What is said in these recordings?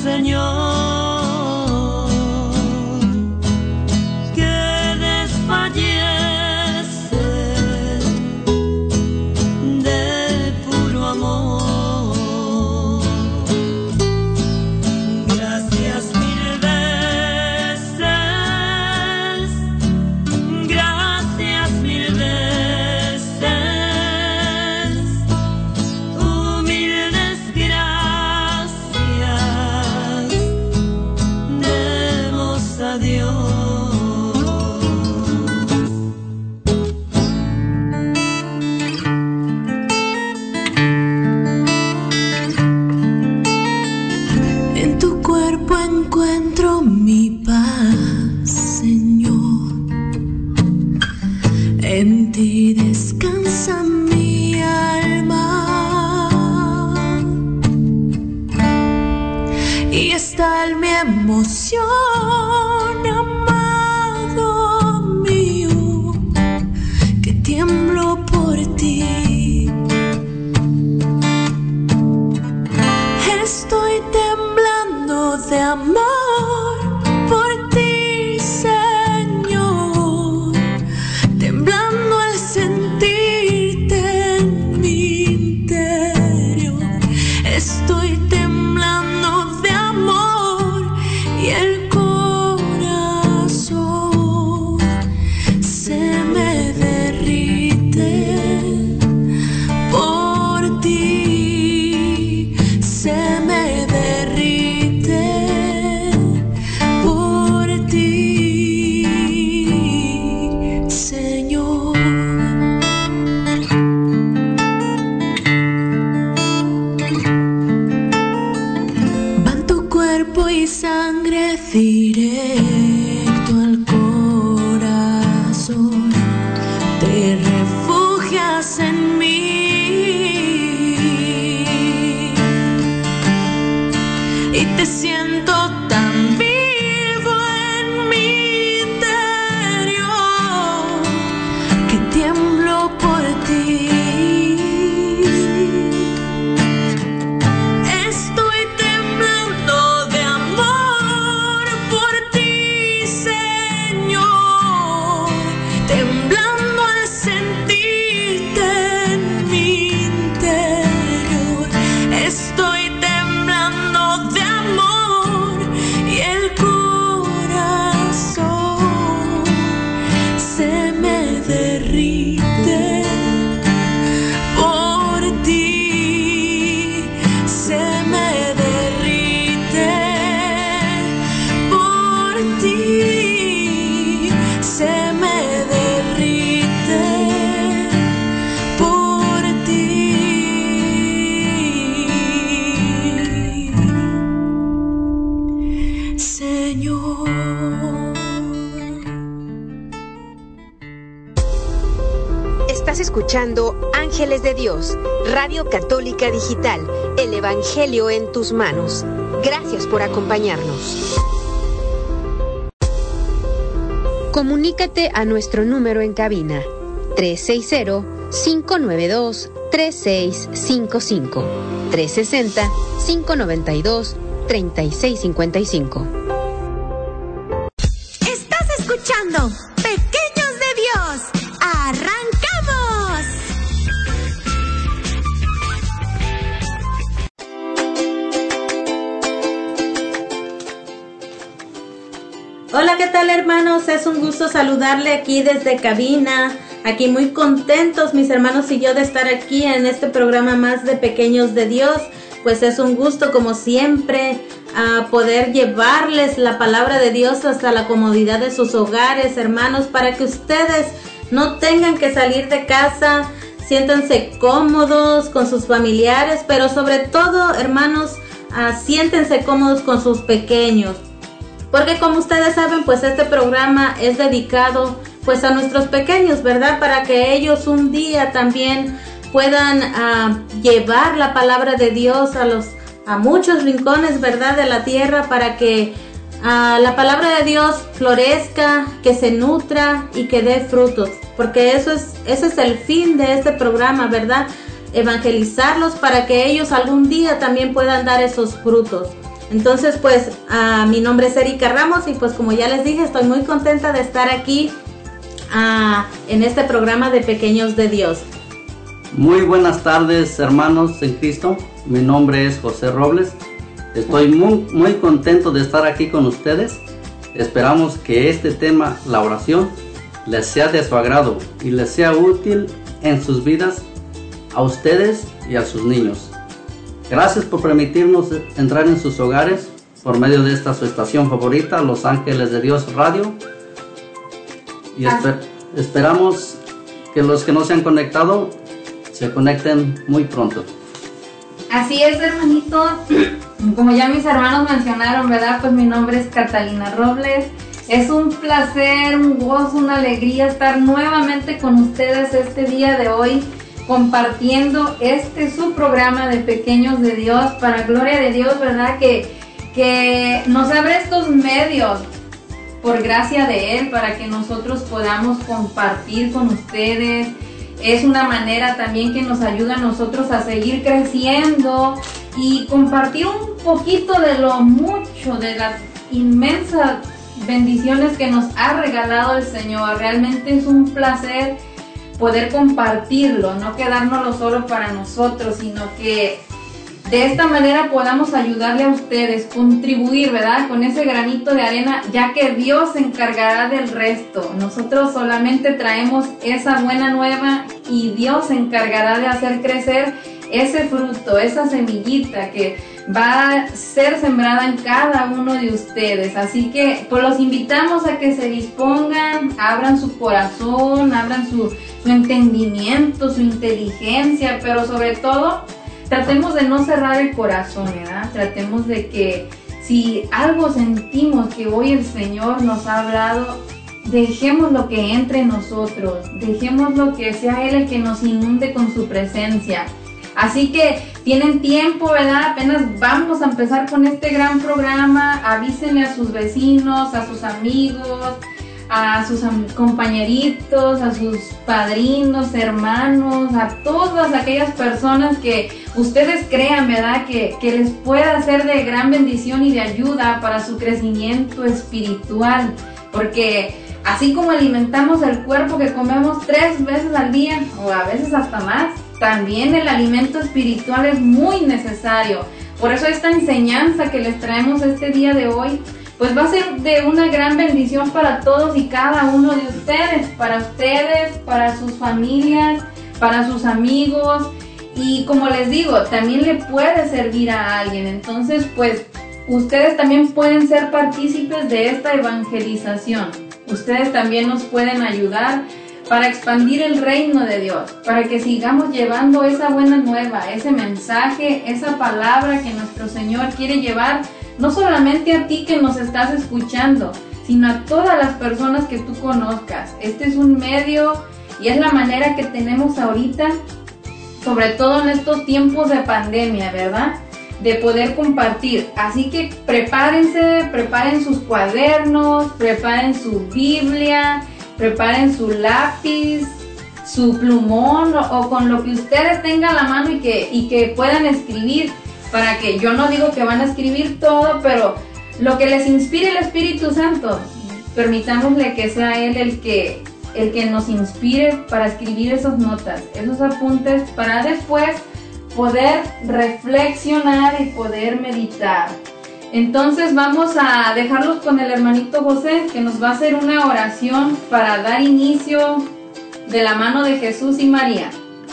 Señor, que desfallece de puro amor. Gracias mil veces, gracias mil veces, humildes gracias demos a Dios. En tu cuerpo encuentro mi paz, Señor. En ti descansa mi alma. Y está en mi emoción, amado mío, que tiemblo por ti. Estoy temblando de amor por ti, Señor, temblando al sentirte en mi interior. Estoy temblando de amor y el corazón se me derrite por ti. Se me derrite por ti, Señor. Van tu cuerpo y sangre directo al corazón. Te refugias en mí. Y te siento tan vivo en mi interior que tiemblo por ti. Estoy temblando de amor por ti, Señor, temblando al sentirte en mi interior. Estoy temblando de amor y el corazón se me derrite por ti. Se me derrite por ti. Se me derrite por ti. Señor. Estás escuchando Ángeles de Dios, Radio Católica Digital, el Evangelio en tus manos. Gracias por acompañarnos. Comunícate a nuestro número en cabina 360-592-3655, 360-592-3655. Estás escuchando Pequeños de Dios. ¡Arrancamos! Hola, ¿qué tal, hermanos? Es un gusto saludarle aquí desde cabina. Aquí muy contentos mis hermanos y yo de estar aquí en este programa más de Pequeños de Dios. Pues es un gusto, como siempre, poder llevarles la palabra de Dios hasta la comodidad de sus hogares, hermanos, para que ustedes no tengan que salir de casa. Siéntanse cómodos con sus familiares, pero sobre todo, hermanos, siéntense cómodos con sus pequeños. Porque como ustedes saben, pues este programa es dedicado pues a nuestros pequeños, ¿verdad? Para que ellos un día también puedan llevar la palabra de Dios a muchos rincones, ¿verdad? De la tierra, para que la palabra de Dios florezca, que se nutra y que dé frutos. Porque ese es el fin de este programa, ¿verdad? Evangelizarlos para que ellos algún día también puedan dar esos frutos. Entonces, pues, mi nombre es Erika Ramos y pues como ya les dije, estoy muy contenta de estar aquí en este programa de Pequeños de Dios. Muy buenas tardes, hermanos en Cristo. Mi nombre es José Robles. Estoy muy contento de estar aquí con ustedes. Esperamos que este tema, la oración, les sea de su agrado y les sea útil en sus vidas, a ustedes y a sus niños. Gracias por permitirnos entrar en sus hogares por medio de esta su estación favorita, Los Ángeles de Dios Radio. Y esperamos que los que no se han conectado se conecten muy pronto. Así es, hermanitos. Como ya mis hermanos mencionaron, ¿verdad? Pues mi nombre es Catalina Robles. Es un placer, un gozo, una alegría estar nuevamente con ustedes este día de hoy, compartiendo su programa de Pequeños de Dios, para gloria de Dios, ¿verdad? Que nos abre estos medios por gracia de Él, para que nosotros podamos compartir con ustedes. Es una manera también que nos ayuda a nosotros a seguir creciendo y compartir un poquito de lo mucho, de las inmensas bendiciones que nos ha regalado el Señor. Realmente es un placer poder compartirlo, no quedárnoslo solo para nosotros, sino que de esta manera podamos ayudarle a ustedes, contribuir, ¿verdad? Con ese granito de arena, ya que Dios se encargará del resto. Nosotros solamente traemos esa buena nueva y Dios se encargará de hacer crecer ese fruto, esa semillita que va a ser sembrada en cada uno de ustedes. Así que pues los invitamos a que se dispongan, abran su corazón, abran su entendimiento, su inteligencia, pero sobre todo tratemos de no cerrar el corazón, ¿verdad? Tratemos de que si algo sentimos que hoy el Señor nos ha hablado, dejemos lo que entre en nosotros, dejemos lo que sea Él el que nos inunde con su presencia. Así que tienen tiempo, ¿verdad? Apenas vamos a empezar con este gran programa. Avísenle a sus vecinos, a sus amigos, a sus compañeritos, a sus padrinos, hermanos, a todas aquellas personas que ustedes crean, ¿verdad? Que les pueda ser de gran bendición y de ayuda para su crecimiento espiritual. Porque así como alimentamos el cuerpo que comemos 3 veces al día, o a veces hasta más, también el alimento espiritual es muy necesario. Por eso esta enseñanza que les traemos este día de hoy, pues va a ser de una gran bendición para todos y cada uno de ustedes, para sus familias, para sus amigos, y como les digo, también le puede servir a alguien. Entonces, pues, ustedes también pueden ser partícipes de esta evangelización. Ustedes también nos pueden ayudar para expandir el reino de Dios, para que sigamos llevando esa buena nueva, ese mensaje, esa palabra que nuestro Señor quiere llevar, no solamente a ti que nos estás escuchando, sino a todas las personas que tú conozcas. Este es un medio y es la manera que tenemos ahorita, sobre todo en estos tiempos de pandemia, ¿verdad?, de poder compartir. Así que preparen sus cuadernos, preparen su Biblia, preparen su lápiz, su plumón o con lo que ustedes tengan a la mano y que puedan escribir, para que, yo no digo que van a escribir todo, pero lo que les inspire el Espíritu Santo, permitámosle que sea Él el que nos inspire para escribir esas notas, esos apuntes, para después poder reflexionar y poder meditar. Entonces vamos a dejarlos con el hermanito José, que nos va a hacer una oración para dar inicio de la mano de Jesús y María.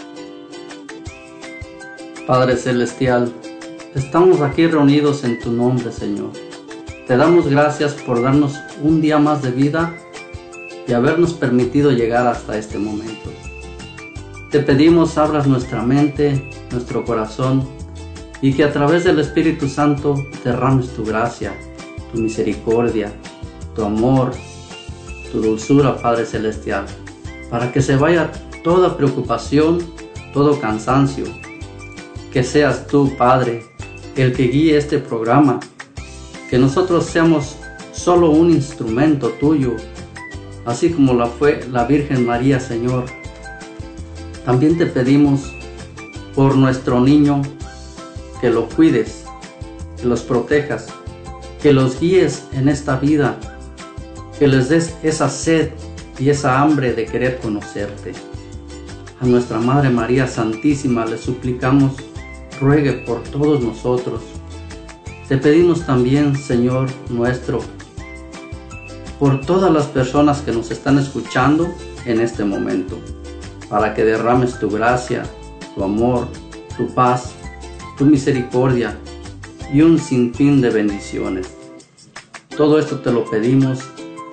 Padre Celestial, estamos aquí reunidos en tu nombre, Señor. Te damos gracias por darnos un día más de vida y habernos permitido llegar hasta este momento. Te pedimos abras nuestra mente, nuestro corazón, y que a través del Espíritu Santo derrames tu gracia, tu misericordia, tu amor, tu dulzura, Padre Celestial, para que se vaya toda preocupación, todo cansancio. Que seas tú, Padre, el que guíe este programa, que nosotros seamos solo un instrumento tuyo, así como la fue la Virgen María, Señor. También te pedimos por nuestro niño, que lo cuides, que los protejas, que los guíes en esta vida, que les des esa sed y esa hambre de querer conocerte. A nuestra Madre María Santísima le suplicamos, ruegue por todos nosotros. Te pedimos también, Señor nuestro, por todas las personas que nos están escuchando en este momento, para que derrames tu gracia, tu amor, tu paz, tu misericordia y un sinfín de bendiciones. Todo esto te lo pedimos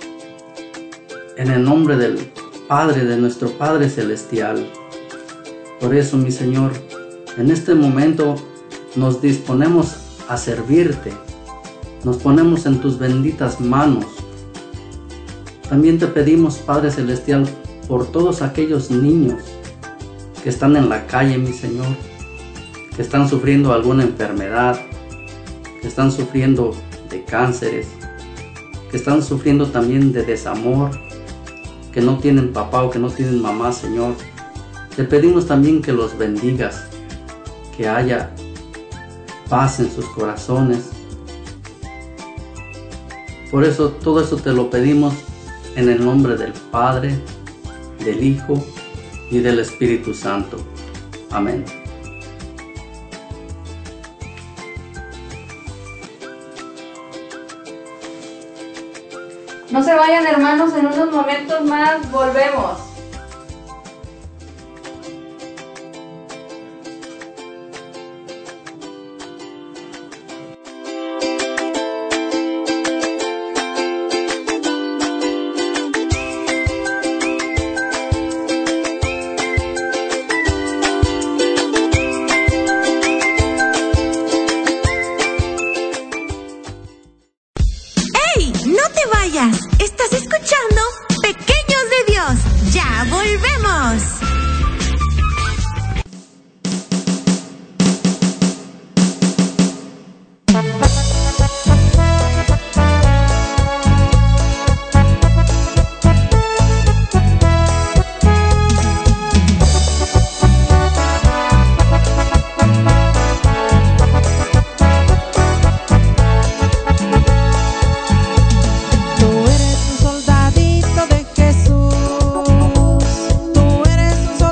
en el nombre del Padre, de nuestro Padre Celestial. Por eso, mi Señor, en este momento nos disponemos a servirte, nos ponemos en tus benditas manos. También te pedimos, Padre Celestial, por todos aquellos niños que están en la calle, mi Señor, que están sufriendo alguna enfermedad, que están sufriendo de cánceres, que están sufriendo también de desamor, que no tienen papá o que no tienen mamá, Señor. Te pedimos también que los bendigas, que haya paz en sus corazones. Por eso, todo eso te lo pedimos en el nombre del Padre, del Hijo y del Espíritu Santo. Amén. No se vayan, hermanos, en unos momentos más volvemos. Estás escuchando Pequeños de Dios. ¡Ya volvemos! Tú eres un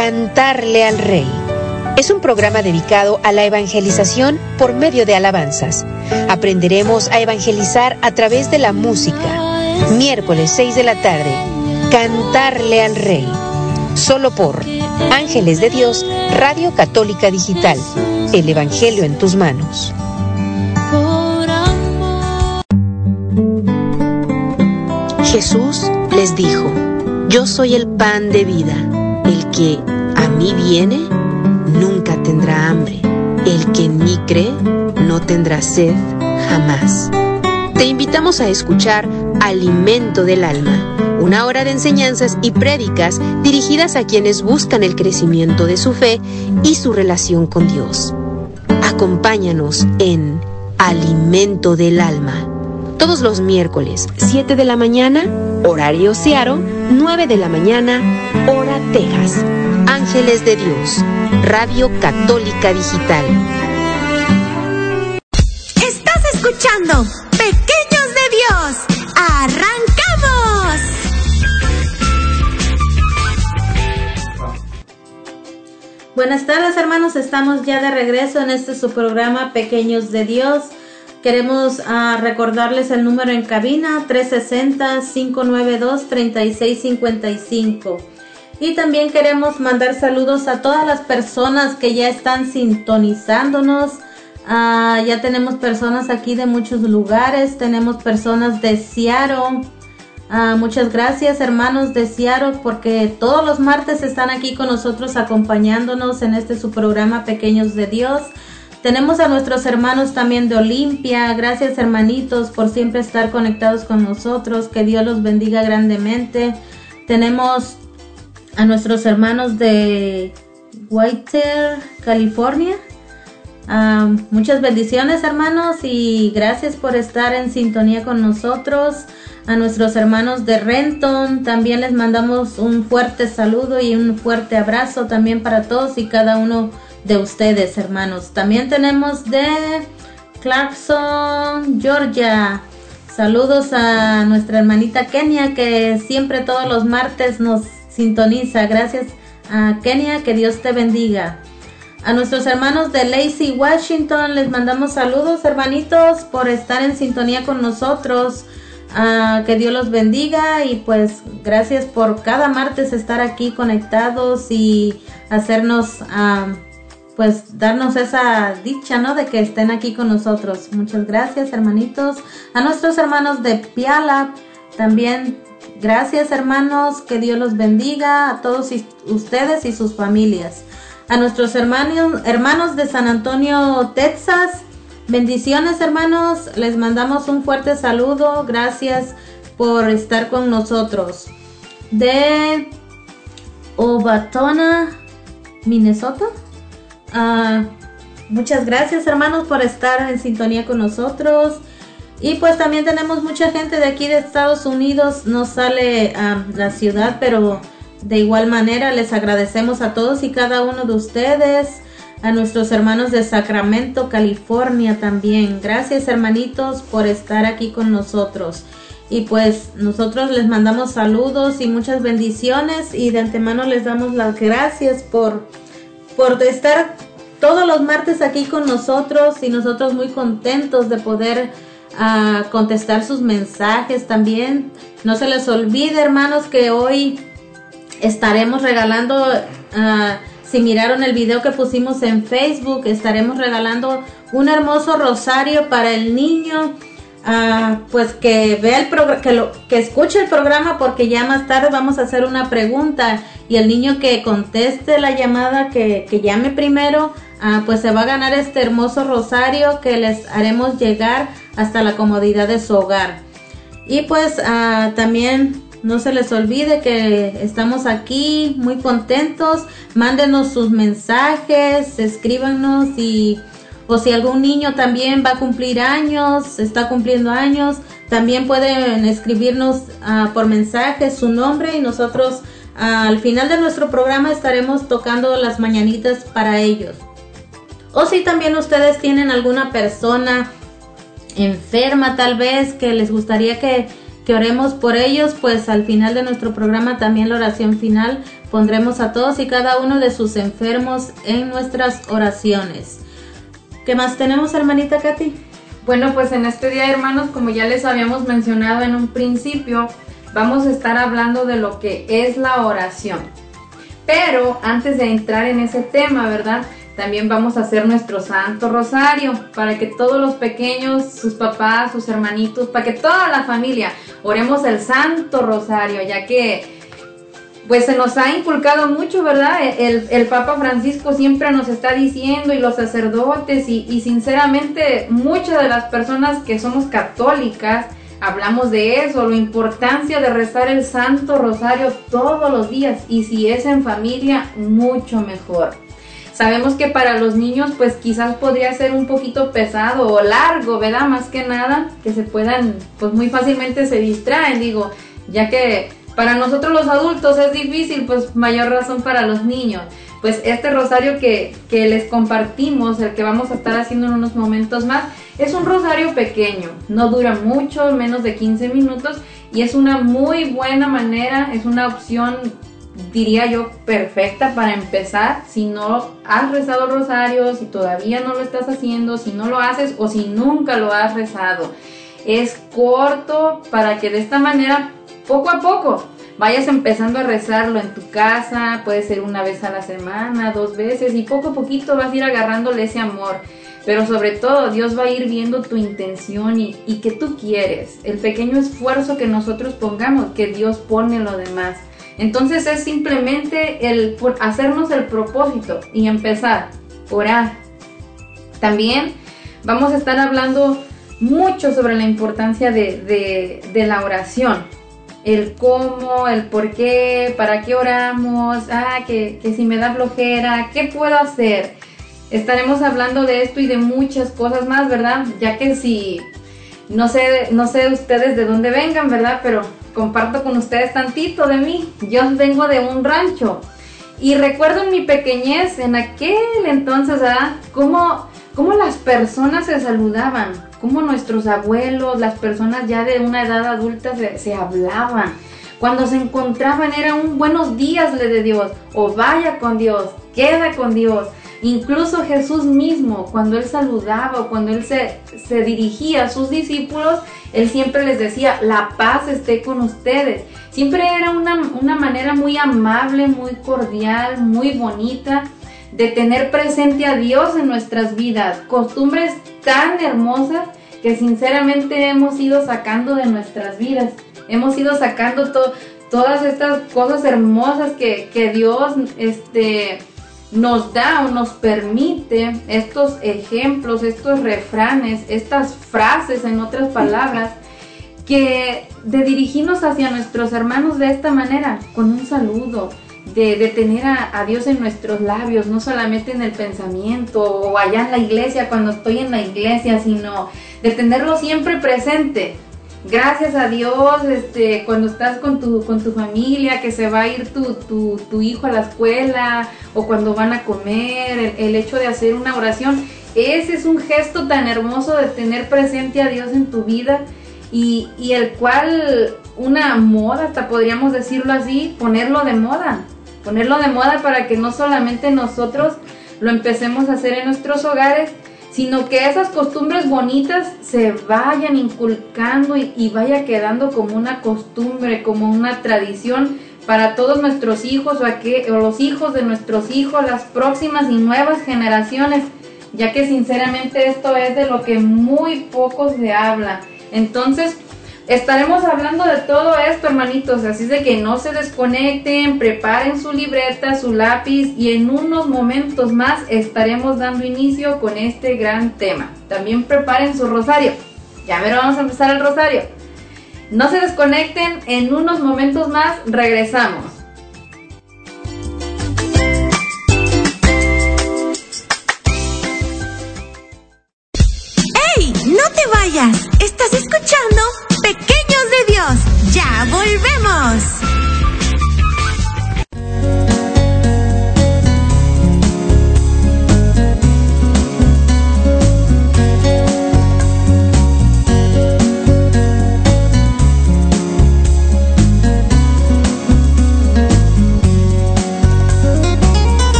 Cantarle al Rey. Es un programa dedicado a la evangelización por medio de alabanzas. Aprenderemos a evangelizar a través de la música. Miércoles 6 de la tarde, Cantarle al Rey. Solo por Ángeles de Dios, Radio Católica Digital. El Evangelio en tus manos. Jesús les dijo: Yo soy el pan de vida. El que a mí viene nunca tendrá hambre. El que en mí cree no tendrá sed jamás. Te invitamos a escuchar Alimento del Alma, una hora de enseñanzas y prédicas dirigidas a quienes buscan el crecimiento de su fe y su relación con Dios. Acompáñanos en Alimento del Alma, todos los miércoles, 7 de la mañana, horario Seattle, 9 de la mañana, hora Texas. Ángeles de Dios, Radio Católica Digital. Estás escuchando Pequeños de Dios. ¡Arrancamos! Buenas tardes, hermanos, estamos ya de regreso en su programa Pequeños de Dios. Queremos recordarles el número en cabina 360-592-3655. Y también queremos mandar saludos a todas las personas que ya están sintonizándonos. Ya tenemos personas aquí de muchos lugares, tenemos personas de Seattle. Muchas gracias, hermanos de Seattle, porque todos los martes están aquí con nosotros acompañándonos en su programa Pequeños de Dios. Tenemos a nuestros hermanos también de Olimpia. Gracias, hermanitos, por siempre estar conectados con nosotros. Que Dios los bendiga grandemente. Tenemos a nuestros hermanos de Whittier, California. Muchas bendiciones, hermanos, y gracias por estar en sintonía con nosotros. A nuestros hermanos de Renton también les mandamos un fuerte saludo y un fuerte abrazo también para todos y cada uno de ustedes, hermanos. También tenemos de Clarkson, Georgia. Saludos a nuestra hermanita Kenia, que siempre todos los martes nos sintoniza. Gracias a Kenia, que Dios te bendiga. A nuestros hermanos de Lacey, Washington, les mandamos saludos, hermanitos, por estar en sintonía con nosotros. Que Dios los bendiga y pues gracias por cada martes estar aquí conectados y hacernos pues darnos esa dicha, ¿no?, de que estén aquí con nosotros. Muchas gracias, hermanitos. A nuestros hermanos de Puyallup también gracias, hermanos, que Dios los bendiga a todos ustedes y sus familias. A nuestros hermanos de San Antonio, Texas, bendiciones, hermanos, les mandamos un fuerte saludo, gracias por estar con nosotros. De Owatonna, Minnesota, muchas gracias, hermanos, por estar en sintonía con nosotros. Y pues también tenemos mucha gente de aquí de Estados Unidos, no sale la ciudad, pero de igual manera les agradecemos a todos y cada uno de ustedes. A nuestros hermanos de Sacramento, California también. Gracias, hermanitos, por estar aquí con nosotros. Y pues nosotros les mandamos saludos y muchas bendiciones y de antemano les damos las gracias por estar todos los martes aquí con nosotros y nosotros muy contentos de poder contestar sus mensajes también. No se les olvide, hermanos, que hoy estaremos regalando... si miraron el video que pusimos en Facebook, estaremos regalando un hermoso rosario para el niño, pues que vea que escuche el programa, porque ya más tarde vamos a hacer una pregunta y el niño que conteste la llamada, que llame primero, pues se va a ganar este hermoso rosario que les haremos llegar hasta la comodidad de su hogar. Y pues también no se les olvide que estamos aquí muy contentos. Mándenos sus mensajes, escríbanos o si algún niño también va a cumplir años, está cumpliendo años, también pueden escribirnos por mensaje su nombre y nosotros al final de nuestro programa estaremos tocando las mañanitas para ellos. O si también ustedes tienen alguna persona enferma tal vez que les gustaría que que oremos por ellos, pues al final de nuestro programa también la oración final pondremos a todos y cada uno de sus enfermos en nuestras oraciones. ¿Qué más tenemos, hermanita Katy? Bueno, pues en este día, hermanos, como ya les habíamos mencionado en un principio, vamos a estar hablando de lo que es la oración. Pero antes de entrar en ese tema, ¿verdad?, también vamos a hacer nuestro Santo Rosario para que todos los pequeños, sus papás, sus hermanitos, para que toda la familia oremos el Santo Rosario, ya que pues se nos ha inculcado mucho, ¿verdad? El Papa Francisco siempre nos está diciendo, y los sacerdotes, y sinceramente muchas de las personas que somos católicas hablamos de eso, la importancia de rezar el Santo Rosario todos los días, y si es en familia, mucho mejor. Sabemos que para los niños pues quizás podría ser un poquito pesado o largo, ¿verdad? Más que nada, que se puedan, pues muy fácilmente se distraen, digo, ya que para nosotros los adultos es difícil, pues mayor razón para los niños. Pues este rosario que les compartimos, el que vamos a estar haciendo en unos momentos más, es un rosario pequeño, no dura mucho, menos de 15 minutos, y es una muy buena manera, es una opción, diría yo, perfecta para empezar. Si no has rezado el rosario, si todavía no lo estás haciendo, si no lo haces o si nunca lo has rezado, es corto para que de esta manera, poco a poco, vayas empezando a rezarlo en tu casa. Puede ser una vez a la semana, 2 veces, y poco a poquito vas a ir agarrándole ese amor. Pero sobre todo Dios va a ir viendo tu intención y qué tú quieres, el pequeño esfuerzo que nosotros pongamos, que Dios pone lo demás. Entonces es simplemente el hacernos el propósito y empezar a orar. También vamos a estar hablando mucho sobre la importancia de la oración. El cómo, el por qué, para qué oramos, que si me da flojera, ¿qué puedo hacer? Estaremos hablando de esto y de muchas cosas más, ¿verdad? Ya que si, no sé ustedes de dónde vengan, ¿verdad? Pero comparto con ustedes tantito de mí. Yo vengo de un rancho y recuerdo en mi pequeñez, en aquel entonces, ¿verdad?, cómo las personas se saludaban, cómo nuestros abuelos, las personas ya de una edad adulta se hablaban. Cuando se encontraban era un buenos días le de Dios, o vaya con Dios, queda con Dios. Incluso Jesús mismo, cuando Él saludaba o cuando Él se dirigía a sus discípulos, Él siempre les decía, la paz esté con ustedes. Siempre era una manera muy amable, muy cordial, muy bonita de tener presente a Dios en nuestras vidas. Costumbres tan hermosas que sinceramente hemos ido sacando de nuestras vidas. Hemos ido sacando todas estas cosas hermosas que Dios nos da o nos permite, estos ejemplos, estos refranes, estas frases, en otras palabras, que de dirigirnos hacia nuestros hermanos de esta manera, con un saludo, de tener a Dios en nuestros labios, no solamente en el pensamiento o allá en la iglesia cuando estoy en la iglesia, sino de tenerlo siempre presente. Gracias a Dios, cuando estás con tu familia, que se va a ir tu hijo a la escuela, o cuando van a comer, el hecho de hacer una oración, ese es un gesto tan hermoso de tener presente a Dios en tu vida, y el cual, una moda, hasta podríamos decirlo así, ponerlo de moda para que no solamente nosotros lo empecemos a hacer en nuestros hogares, sino que esas costumbres bonitas se vayan inculcando y vaya quedando como una costumbre, como una tradición para todos nuestros hijos o los hijos de nuestros hijos, las próximas y nuevas generaciones, ya que sinceramente esto es de lo que muy poco se habla. Entonces, estaremos hablando de todo esto, hermanitos, así de que no se desconecten, preparen su libreta, su lápiz, y en unos momentos más estaremos dando inicio con este gran tema. También preparen su rosario. Ya mero vamos a empezar el rosario. No se desconecten, en unos momentos más regresamos. ¡Ey! ¡No te vayas! ¿Estás escuchando Pequeños de Dios? ¡Ya volvemos!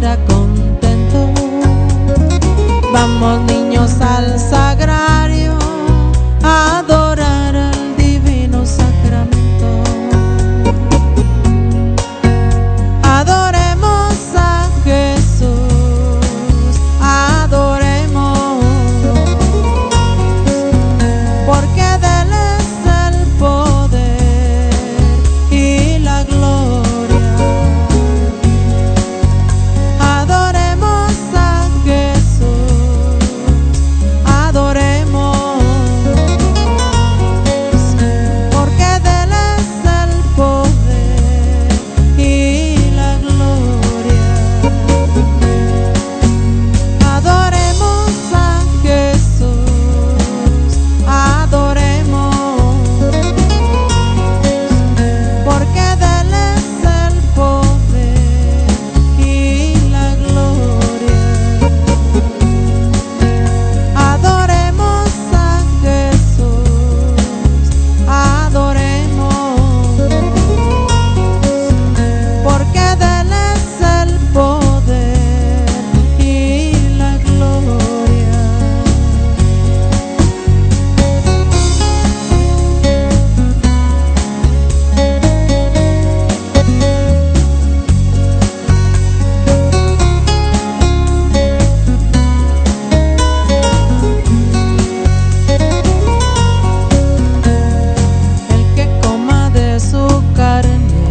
ahora contento. Vamos niños al sagrario a adorar al divino sacramento. Adoremos a Jesús, adoremos, porque de Él es el poder y la gloria. Adoremos a Jesús, adoremos, porque de Él es el poder y la gloria. Adoremos a Jesús, adoremos, porque de Él es el poder y la gloria. Adoremos a Jesús, adoremos, porque de Él es el poder y la gloria. El que coma de su carne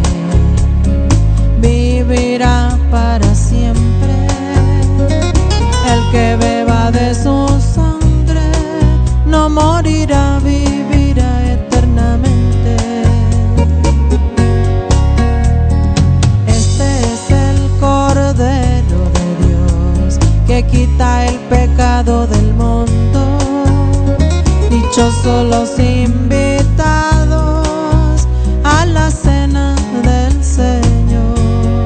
vivirá para siempre. El que beba de su sangre no morirá, vivirá eternamente. Este es el Cordero de Dios que quita el pecado del mundo. Dichosos los invitados a la cena del Señor.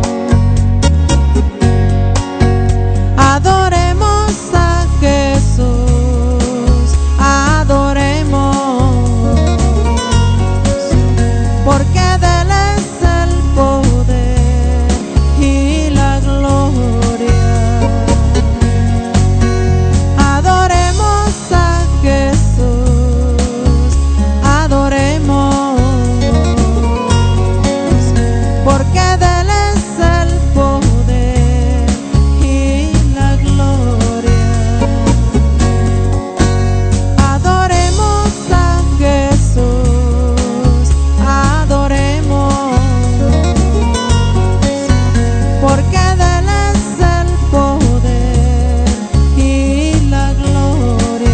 Adoremos a Jesús, adoremos, porque de Él es el poder y la gloria. Adoremos a Jesús, adoremos, porque de Él es el poder y la gloria. Adoremos a Jesús, adoremos, porque de Él es el poder y la gloria.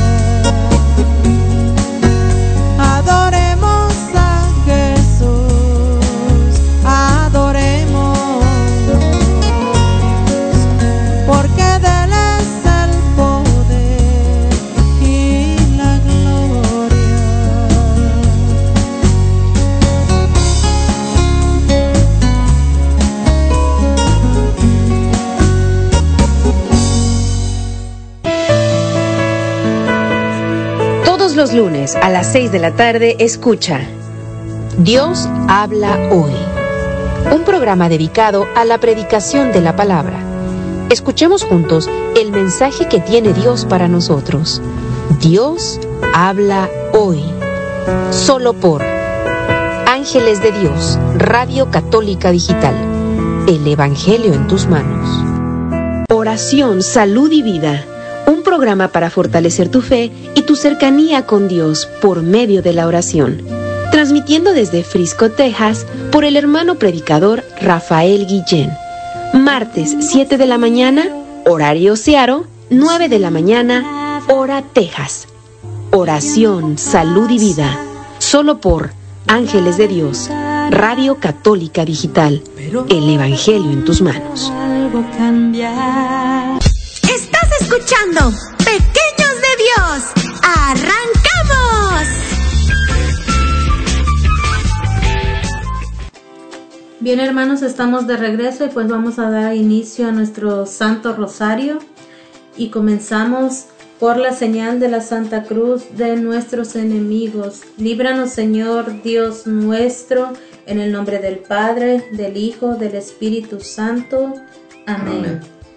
Adoremos a Jesús, adoremos, porque de Él es el poder y la gloria. Todos los lunes a las 6 de la tarde escucha Dios habla hoy, un programa dedicado a la predicación de la palabra. Escuchemos juntos el mensaje que tiene Dios para nosotros. Dios habla hoy, solo por Ángeles de Dios, Radio Católica Digital, el Evangelio en tus manos. Oración, salud y vida, un programa para fortalecer tu fe y tu cercanía con Dios por medio de la oración. Transmitiendo desde Frisco, Texas, por el hermano predicador Rafael Guillén. Martes, 7 de la mañana, horario Seattle, 9 de la mañana, hora Texas. Oración, salud y vida, solo por Ángeles de Dios, Radio Católica Digital, el Evangelio en tus manos. Estás escuchando Pequeños de Dios. ¡Arrancamos! Bien, hermanos, estamos de regreso y pues vamos a dar inicio a nuestro Santo Rosario y comenzamos por la señal de la Santa Cruz de nuestros enemigos. Líbranos, Señor Dios nuestro, en el nombre del Padre, del Hijo, del Espíritu Santo. Amén.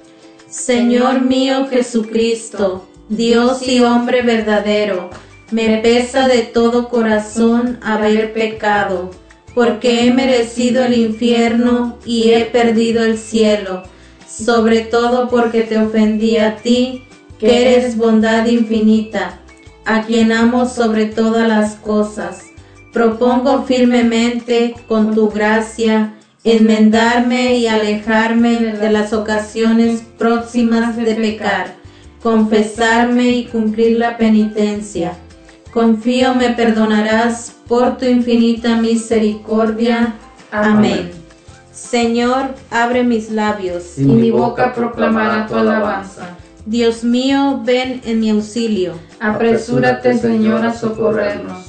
Señor mío Jesucristo, Dios y hombre verdadero, me pesa de todo corazón haber pecado, porque he merecido el infierno y he perdido el cielo, sobre todo porque te ofendí a ti, que eres bondad infinita, a quien amo sobre todas las cosas. Propongo firmemente, con tu gracia, enmendarme y alejarme de las ocasiones próximas de pecar, confesarme y cumplir la penitencia. Confío me perdonarás por tu infinita misericordia. Amén. Señor, abre mis labios, y mi boca proclamará tu alabanza. Dios mío, ven en mi auxilio. Apresúrate, Señor, a socorrernos.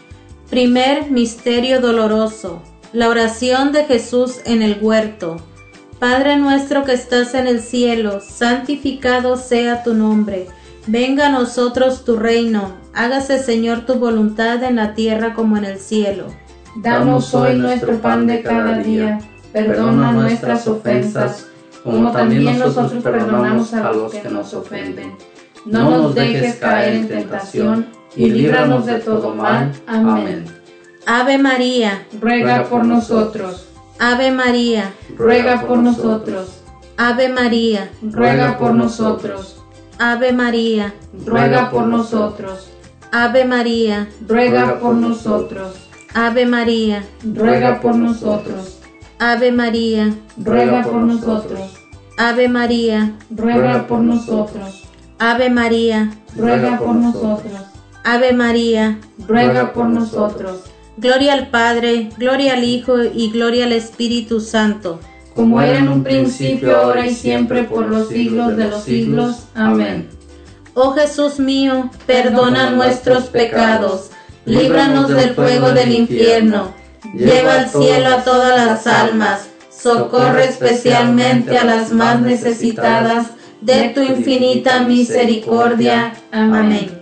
Primer misterio doloroso. La oración de Jesús en el huerto. Padre nuestro que estás en el cielo, santificado sea tu nombre. Venga a nosotros tu reino. Hágase, Señor, tu voluntad en la tierra como en el cielo. Danos hoy nuestro pan de cada día. Perdona nuestras ofensas, como también nosotros perdonamos a los que nos ofenden. No nos dejes caer en tentación, y líbranos de todo mal. Amén. Ave María, ruega por nosotros. Ave María, ruega por nosotros. Ave María, ruega por nosotros. Ave María, ruega por nosotros. Ave María, ruega por nosotros. Ave María, ruega por nosotros. Ave María, ruega por nosotros. Ave María, ruega por nosotros. Ave María, ruega por nosotros. Ave María, ruega por nosotros. Gloria al Padre, gloria al Hijo y gloria al Espíritu Santo, como era en un principio, ahora y siempre, por los siglos de los siglos. Amén. Oh Jesús mío, perdona nuestros pecados, líbranos del fuego del infierno, lleva al cielo a todas las almas, socorre especialmente a las más necesitadas de tu infinita misericordia. Amén.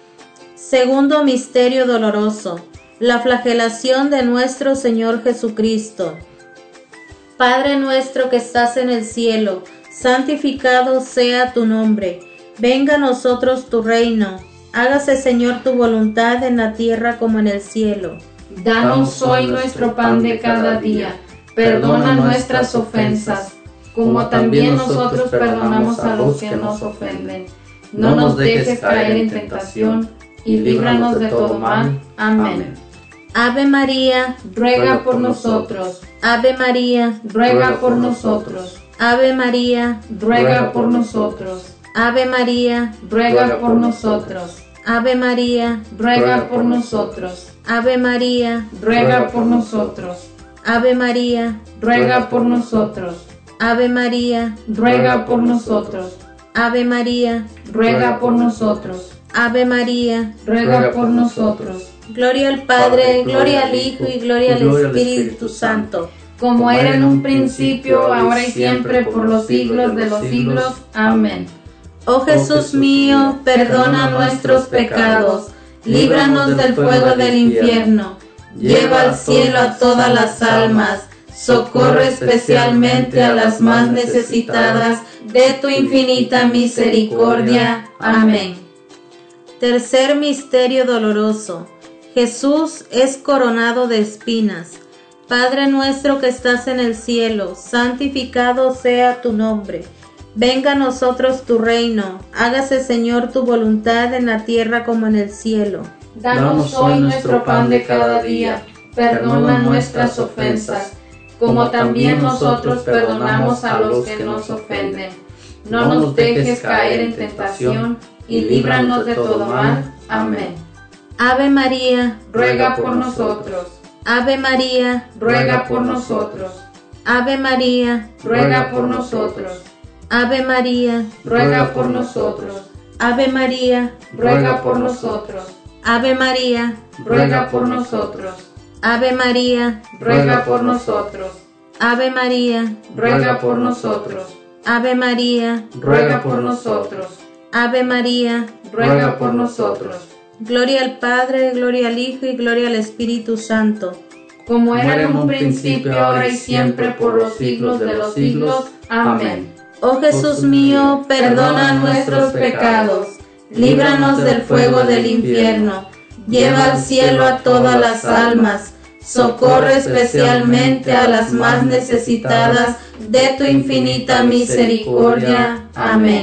Segundo misterio doloroso. La flagelación de nuestro Señor Jesucristo. Padre nuestro que estás en el cielo, santificado sea tu nombre. Venga a nosotros tu reino. Hágase, Señor, tu voluntad en la tierra como en el cielo. Danos hoy nuestro pan de cada día. Perdona nuestras ofensas, como también nosotros perdonamos a los que nos ofenden. No nos dejes caer en tentación, y líbranos de todo mal. Amén. Ave María, ruega por nosotros. Ave María, ruega por nosotros. Ave María, ruega por nosotros. Ave María, ruega por nosotros. Ave María, ruega por nosotros. Ave María, ruega por nosotros. Ave María, ruega por nosotros. Ave María, ruega por nosotros. Ave María, ruega por nosotros. Ave María, ruega por nosotros. Gloria al Padre, gloria al Hijo y gloria al Espíritu Santo, como era en un principio, ahora y siempre, por los siglos de los siglos. Amén. Oh Jesús mío, perdona nuestros pecados, líbranos del fuego del infierno, lleva al cielo a todas las almas, socorre especialmente a las más necesitadas de tu infinita misericordia. Amén. Tercer misterio doloroso. Jesús es coronado de espinas. Padre nuestro que estás en el cielo, santificado sea tu nombre. Venga a nosotros tu reino. Hágase, Señor, tu voluntad en la tierra como en el cielo. Danos hoy nuestro pan de cada día. Perdona nuestras ofensas, como también nosotros perdonamos a los que nos ofenden. No nos dejes caer en tentación, y líbranos de todo mal. Amén. Ave María, ruega por nosotros. Ave María, ruega por nosotros. Ave María, ruega por nosotros. Ave María, ruega por nosotros. Ave María, ruega por nosotros. Ave María, ruega por nosotros. Ave María, ruega por nosotros. Ave María, ruega por nosotros. Ave María, ruega por nosotros. Ave María, ruega por nosotros. Gloria al Padre, gloria al Hijo y gloria al Espíritu Santo, como era en un principio, ahora y siempre, por los siglos de los siglos. Amén. Oh Jesús mío, perdona nuestros pecados, líbranos del fuego del infierno, lleva al cielo a todas las almas, socorre especialmente a las más necesitadas de tu infinita misericordia. Amén.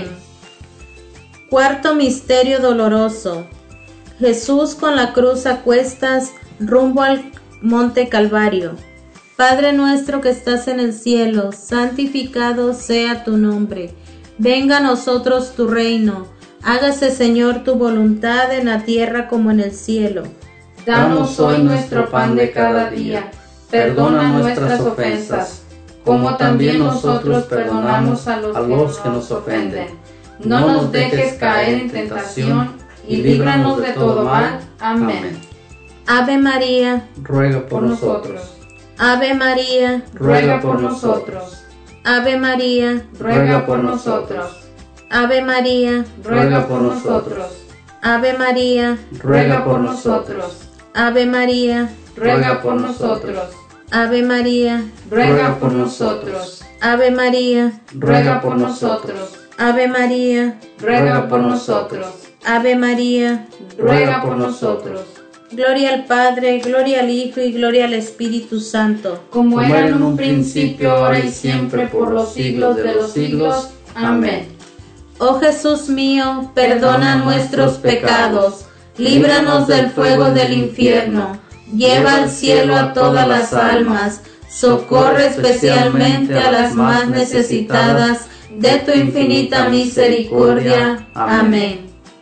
Cuarto misterio doloroso. Jesús con la cruz a cuestas rumbo al monte Calvario. Padre nuestro que estás en el cielo, santificado sea tu nombre. Venga a nosotros tu reino. Hágase, Señor, tu voluntad en la tierra como en el cielo. Danos hoy nuestro pan de cada día. Perdona nuestras ofensas, como también nosotros perdonamos a los que nos ofenden. No nos dejes caer en tentación y líbranos de todo mal. Amén. Ave María, ruega por nosotros. Ave María, ruega por nosotros. Ave María, ruega por nosotros. Ave María, ruega por nosotros. Ave María, ruega por nosotros. Ave María, ruega por nosotros. Ave María, ruega por nosotros. Ave María, ruega por nosotros. Ave María, ruega por nosotros. Ave María, ruega por nosotros. Gloria al Padre, gloria al Hijo y gloria al Espíritu Santo, como era en un principio, ahora y siempre, por los siglos de los siglos. Amén. Oh Jesús mío, perdona nuestros pecados, líbranos del fuego del infierno, lleva al cielo a todas las almas, socorre especialmente a las más necesitadas de tu infinita misericordia. Amén.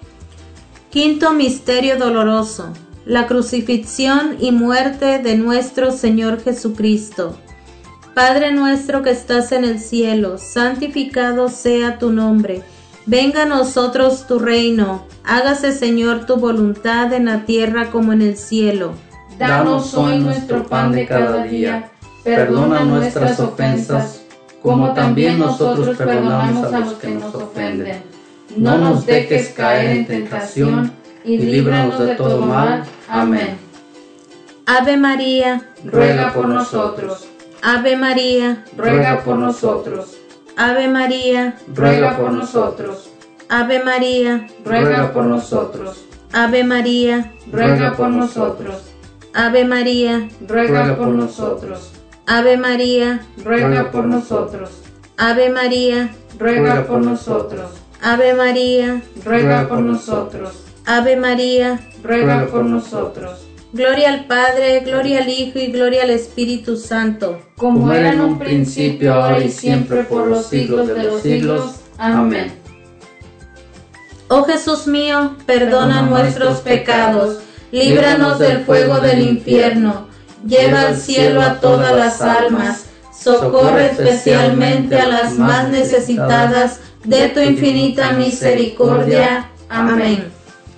Quinto misterio doloroso. La crucifixión y muerte de nuestro Señor Jesucristo. Padre nuestro que estás en el cielo, santificado sea tu nombre. Venga a nosotros tu reino. Hágase, Señor, tu voluntad en la tierra como en el cielo. Danos hoy nuestro pan de cada día. Perdona nuestras ofensas, como también nosotros perdonamos a los que nos ofenden. No nos dejes caer en tentación y líbranos de todo mal. Amén. Ave María, ruega por nosotros. Ave María, ruega por nosotros. Ave María, ruega por nosotros. Ave María, ruega por nosotros. Ave María, ruega por nosotros. Ave María, ruega por nosotros. Ave María, ruega por nosotros. Ave María, ruega por nosotros. Ave María, ruega por nosotros. Ave María, ruega por nosotros. Gloria al Padre, gloria al Hijo y gloria al Espíritu Santo, como era en un principio, ahora y siempre, por los siglos de los siglos. Amén. Oh Jesús mío, perdona nuestros pecados, líbranos del fuego del infierno, lleva al cielo a todas las almas, socorre especialmente a las más necesitadas de tu infinita misericordia. Amén.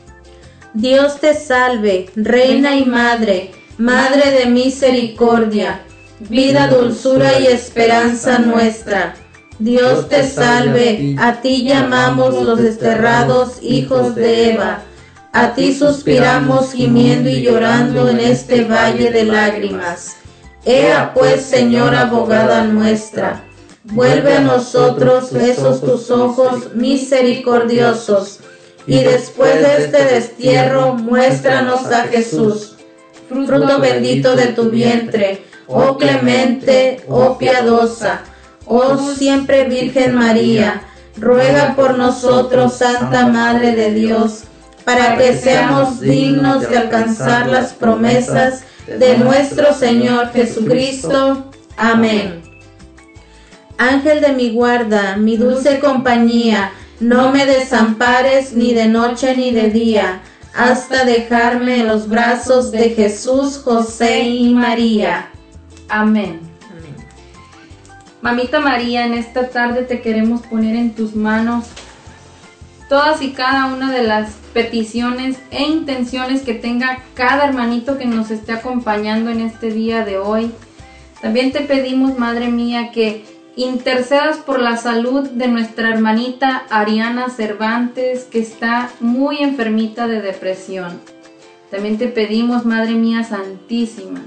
Dios te salve, Reina y Madre, Madre de misericordia, vida, dulzura y esperanza nuestra. Dios te salve, a ti llamamos los desterrados hijos de Eva, a ti suspiramos gimiendo y llorando en este valle de lágrimas. Ea pues, Señora abogada nuestra, vuelve a nosotros esos tus ojos misericordiosos, y después de este destierro muéstranos a Jesús, fruto bendito de tu vientre, oh clemente, oh piadosa, oh siempre Virgen María, ruega por nosotros, Santa Madre de Dios, para que seamos dignos de alcanzar las promesas de nuestro Señor Jesucristo. Amén. Ángel de mi guarda, mi dulce compañía, no me desampares ni de noche ni de día, hasta dejarme en los brazos de Jesús, José y María. Amén. Mamita María, en esta tarde te queremos poner en tus manos todas y cada una de las peticiones e intenciones que tenga cada hermanito que nos esté acompañando en este día de hoy. También te pedimos, Madre mía, que intercedas por la salud de nuestra hermanita Ariana Cervantes, que está muy enfermita de depresión. También te pedimos, Madre mía Santísima,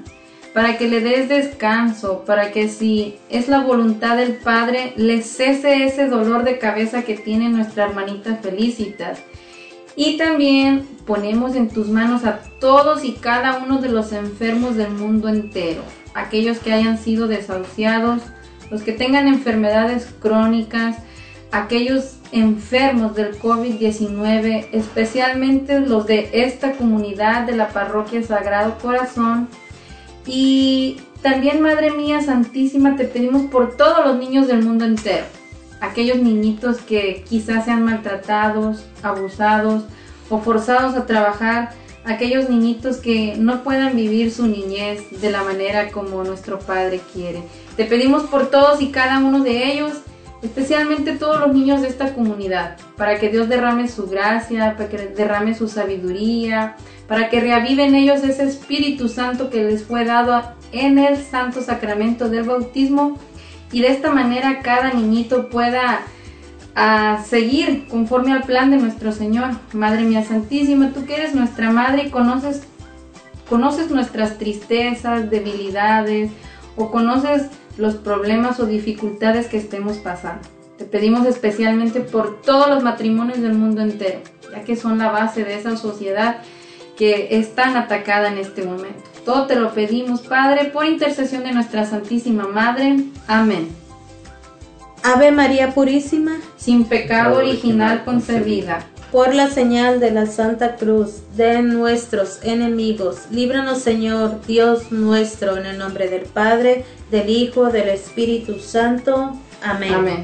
para que le des descanso, para que si es la voluntad del Padre, le cese ese dolor de cabeza que tiene nuestra hermanita Felicitas. Y también ponemos en tus manos a todos y cada uno de los enfermos del mundo entero, aquellos que hayan sido desahuciados, los que tengan enfermedades crónicas, aquellos enfermos del COVID-19, especialmente los de esta comunidad de la Parroquia Sagrado Corazón. Y también, Madre mía Santísima, te pedimos por todos los niños del mundo entero, aquellos niñitos que quizás sean maltratados, abusados o forzados a trabajar, aquellos niñitos que no puedan vivir su niñez de la manera como nuestro Padre quiere. Te pedimos por todos y cada uno de ellos, especialmente todos los niños de esta comunidad, para que Dios derrame su gracia, para que derrame su sabiduría, para que reavive en ellos ese Espíritu Santo que les fue dado en el santo sacramento del bautismo, y de esta manera cada niñito pueda seguir conforme al plan de nuestro Señor. Madre mía Santísima, tú que eres nuestra Madre y conoces nuestras tristezas, debilidades, o conoces los problemas o dificultades que estemos pasando. Te pedimos especialmente por todos los matrimonios del mundo entero, ya que son la base de esa sociedad que es tan atacada en este momento. Todo te lo pedimos, Padre, por intercesión de nuestra Santísima Madre. Amén. Ave María Purísima, Sin pecado original concebida. por la señal de la Santa Cruz de nuestros enemigos, líbranos, Señor Dios nuestro, en el nombre del Padre, del Hijo, del Espíritu Santo. Amén. Amén.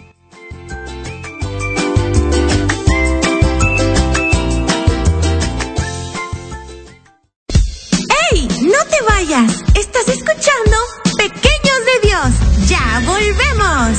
¡Ey! ¡No te vayas! Estás escuchando Pequeños de Dios. ¡Ya volvemos!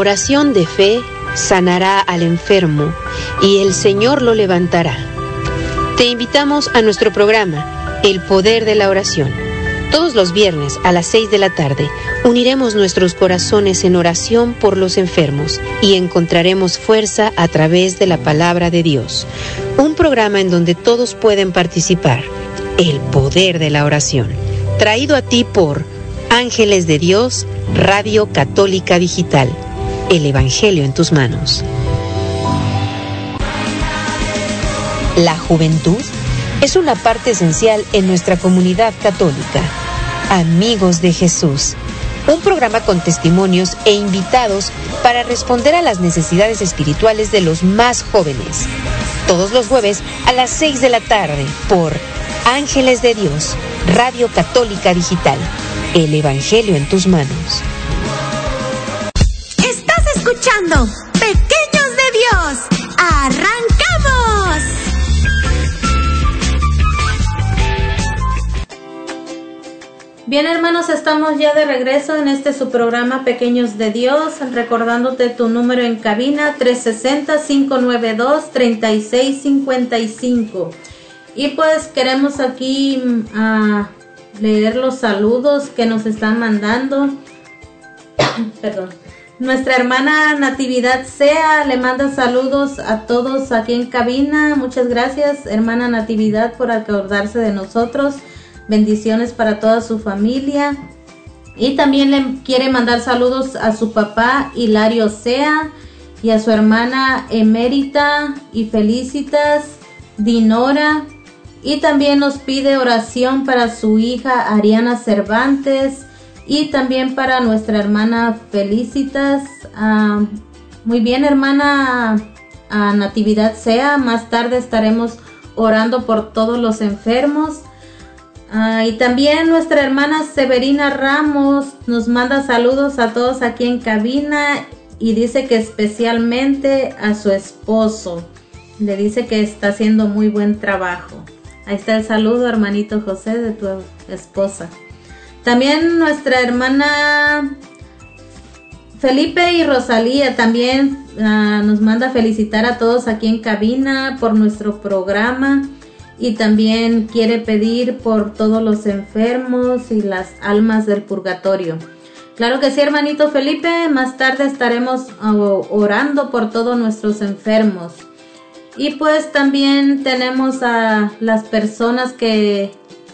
oración de fe sanará al enfermo y el Señor lo levantará. Te invitamos a nuestro programa, El Poder de la Oración. Todos los viernes a las 6 de la tarde uniremos nuestros corazones en oración por los enfermos y encontraremos fuerza a través de la palabra de Dios. Un programa en donde todos pueden participar. El Poder de la Oración. Traído a ti por Ángeles de Dios, Radio Católica Digital. El Evangelio en tus manos. La juventud es una parte esencial en nuestra comunidad católica. Amigos de Jesús, un programa con testimonios e invitados para responder a las necesidades espirituales de los más jóvenes. Todos los jueves a las 6 de la tarde por Ángeles de Dios, Radio Católica Digital. El Evangelio en tus manos. Estás escuchando Pequeños de Dios. ¡Arrancamos! Bien, hermanos, estamos ya de regreso en su programa Pequeños de Dios, recordándote tu número en cabina 360-592-3655. Y pues queremos aquí leer los saludos que nos están mandando. Perdón. Nuestra hermana Natividad Sea le manda saludos a todos aquí en cabina. Muchas gracias, hermana Natividad, por acordarse de nosotros. Bendiciones para toda su familia. Y también le quiere mandar saludos a su papá Hilario Sea y a su hermana Emérita y Felicitas Dinora. Y también nos pide oración para su hija Ariana Cervantes y también para nuestra hermana Felicitas. Muy bien, hermana Natividad Sea. Más tarde estaremos orando por todos los enfermos. Y también nuestra hermana Severina Ramos nos manda saludos a todos aquí en cabina y dice que especialmente a su esposo. Le dice que está haciendo muy buen trabajo. Ahí está el saludo, hermanito José, de tu esposa. También nuestra hermana Felipe y Rosalía también nos manda felicitar a todos aquí en cabina por nuestro programa. Y también quiere pedir por todos los enfermos y las almas del purgatorio. Claro que sí, hermanito Felipe. Más tarde estaremos orando por todos nuestros enfermos. Y pues también tenemos a las personas que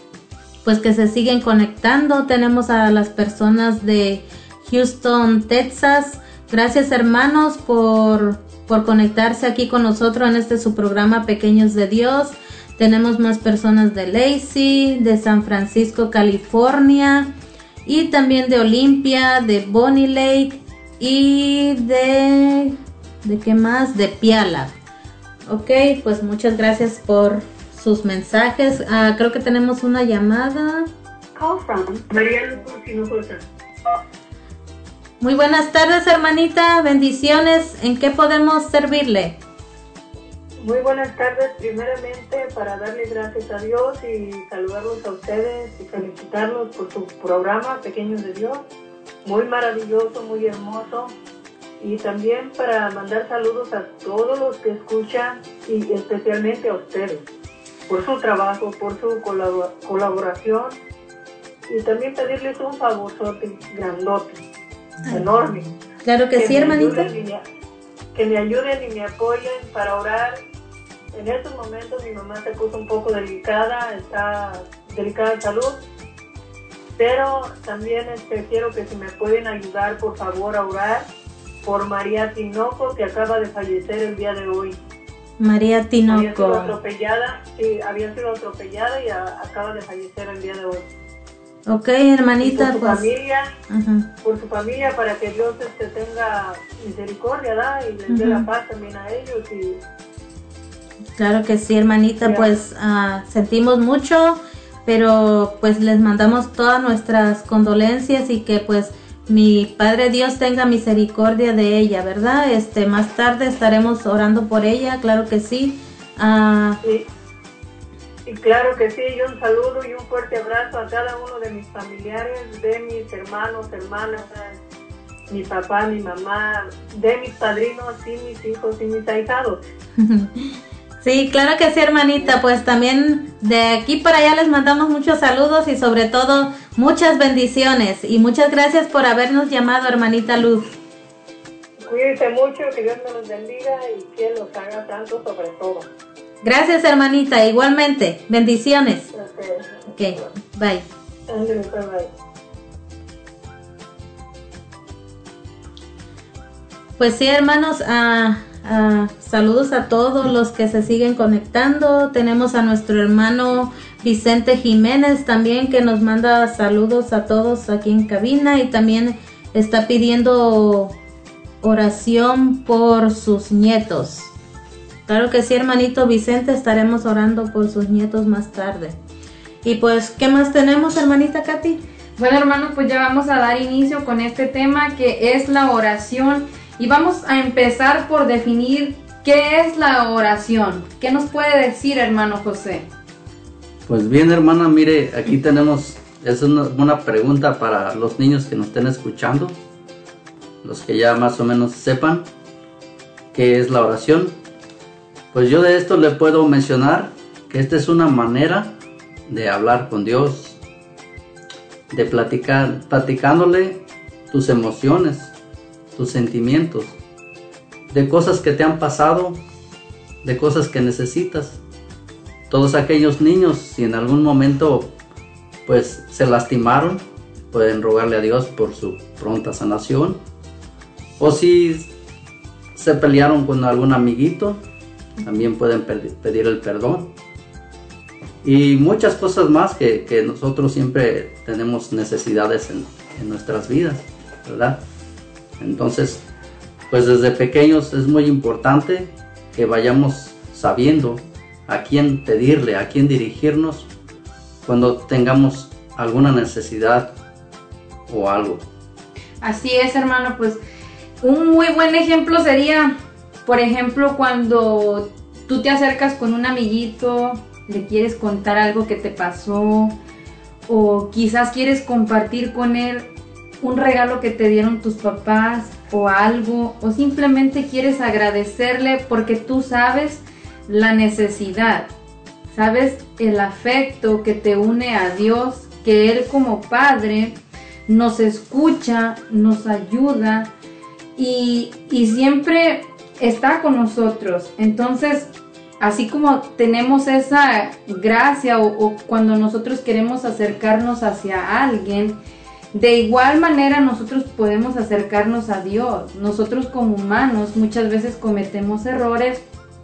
se siguen conectando. Tenemos a las personas de Houston, Texas. Gracias, hermanos, por conectarse aquí con nosotros en su programa Pequeños de Dios. Tenemos más personas de Lacey, de San Francisco, California, y también de Olympia, de Bonnie Lake y ¿de qué más? De Piala. Ok, pues muchas gracias por sus mensajes. Creo que tenemos una llamada. Call from María Luz Hinojosa. Muy buenas tardes, hermanita. Bendiciones. ¿En qué podemos servirle? Muy buenas tardes, primeramente para darle gracias a Dios y saludarlos a ustedes y felicitarlos por su programa Pequeños de Dios, muy maravilloso, muy hermoso, y también para mandar saludos a todos los que escuchan y especialmente a ustedes por su trabajo, por su colaboración, y también pedirles un favorzote grandote, enorme. Claro que sí, hermanita. Que me ayuden y me apoyen para orar. En estos momentos mi mamá se puso un poco delicada, está delicada de salud, pero también quiero que si me pueden ayudar, por favor, a orar por María Tinoco, que acaba de fallecer el día de hoy. María Tinoco. Había sido atropellada y acaba de fallecer el día de hoy. Ok, hermanita, por su familia, para que Dios tenga misericordia, ¿da? Y les dé la paz también a ellos. Claro que sí, hermanita, yeah. Pues sentimos mucho, pero pues les mandamos todas nuestras condolencias y que pues mi Padre Dios tenga misericordia de ella, ¿verdad? Más tarde estaremos orando por ella, claro que sí. Sí. Y claro que sí, y un saludo y un fuerte abrazo a cada uno de mis familiares, de mis hermanos, hermanas, mi papá, mi mamá, de mis padrinos y mis hijos y mis ahijados. Sí, claro que sí, hermanita, pues también de aquí para allá les mandamos muchos saludos y sobre todo muchas bendiciones y muchas gracias por habernos llamado, hermanita Luz. Cuídense mucho, que Dios me los bendiga y que los haga santos sobre todo. Gracias, hermanita, igualmente, bendiciones. Ok, bye. Bye. Pues sí, hermanos, saludos a todos los que se siguen conectando. Tenemos a nuestro hermano Vicente Jiménez también que nos manda saludos a todos aquí en cabina y también está pidiendo oración por sus nietos. Claro que sí, hermanito Vicente, estaremos orando por sus nietos más tarde. Y pues, ¿qué más tenemos, hermanita Katy? Bueno, hermanos, pues ya vamos a dar inicio con este tema que es la oración. Y vamos a empezar por definir qué es la oración. ¿Qué nos puede decir, hermano José? Pues bien, hermana, mire, aquí tenemos, es una pregunta para los niños que nos estén escuchando, los que ya más o menos sepan qué es la oración. Pues yo de esto le puedo mencionar que esta es una manera de hablar con Dios, de platicándole tus emociones, tus sentimientos, de cosas que te han pasado, de cosas que necesitas. Todos aquellos niños, si en algún momento pues se lastimaron, pueden rogarle a Dios por su pronta sanación, o si se pelearon con algún amiguito, también pueden pedir el perdón, y muchas cosas más que nosotros siempre tenemos necesidades en nuestras vidas, ¿verdad? Entonces, pues desde pequeños es muy importante que vayamos sabiendo a quién pedirle, a quién dirigirnos cuando tengamos alguna necesidad o algo. Así es, hermano, pues un muy buen ejemplo sería, por ejemplo, cuando tú te acercas con un amiguito, le quieres contar algo que te pasó, o quizás quieres compartir con él un regalo que te dieron tus papás o algo, o simplemente quieres agradecerle porque tú sabes la necesidad, sabes el afecto que te une a Dios, que Él como Padre nos escucha, nos ayuda y siempre está con nosotros. Entonces, así como tenemos esa gracia o cuando nosotros queremos acercarnos hacia alguien, de igual manera nosotros podemos acercarnos a Dios. Nosotros como humanos muchas veces cometemos errores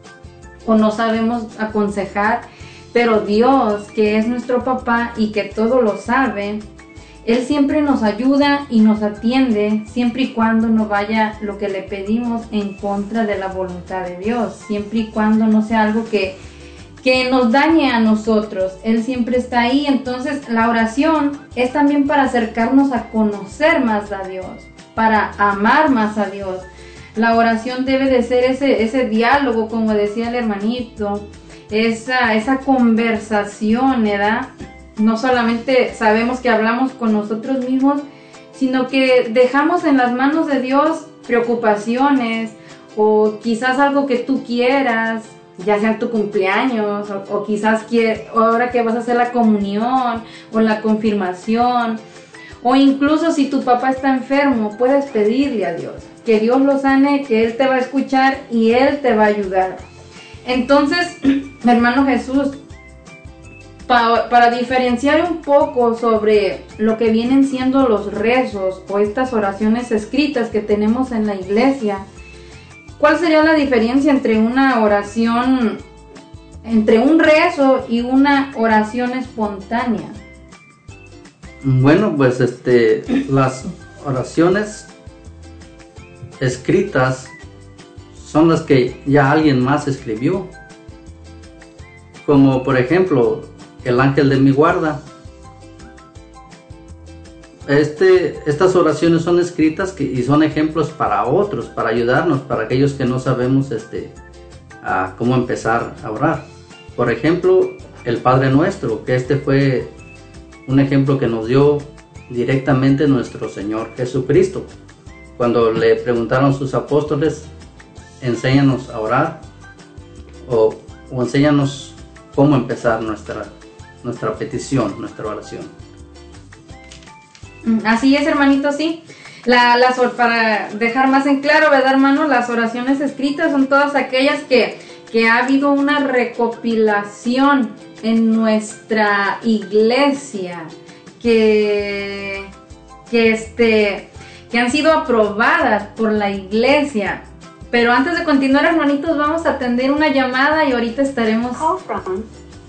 o no sabemos aconsejar, pero Dios, que es nuestro papá y que todo lo sabe, Él siempre nos ayuda y nos atiende, siempre y cuando no vaya lo que le pedimos en contra de la voluntad de Dios, siempre y cuando no sea algo que nos dañe a nosotros. Él siempre está ahí. Entonces la oración es también para acercarnos a conocer más a Dios, para amar más a Dios. La oración debe de ser ese diálogo, como decía el hermanito, esa conversación, ¿verdad? No solamente sabemos que hablamos con nosotros mismos, sino que dejamos en las manos de Dios preocupaciones o quizás algo que tú quieras, ya sea tu cumpleaños o quizás ahora que vas a hacer la comunión o la confirmación, o incluso si tu papá está enfermo, puedes pedirle a Dios que Dios lo sane, que Él te va a escuchar y Él te va a ayudar. Entonces, hermano Jesús, para diferenciar un poco sobre lo que vienen siendo los rezos o estas oraciones escritas que tenemos en la iglesia, ¿cuál sería la diferencia entre una oración, entre un rezo y una oración espontánea? Bueno, pues las oraciones escritas son las que ya alguien más escribió. Como por ejemplo, el ángel de mi guarda. Estas oraciones son escritas y son ejemplos para otros, para ayudarnos, para aquellos que no sabemos a cómo empezar a orar. Por ejemplo, el Padre Nuestro, que fue un ejemplo que nos dio directamente nuestro Señor Jesucristo. cuando le preguntaron sus apóstoles, enséñanos a orar o enséñanos cómo empezar nuestra petición, nuestra oración. Así es, hermanito, sí. Para dejar más en claro, ¿verdad, hermano? Las oraciones escritas son todas aquellas que ha habido una recopilación en nuestra iglesia, que han sido aprobadas por la iglesia. Pero antes de continuar, hermanitos, vamos a atender una llamada y ahorita estaremos... Call from.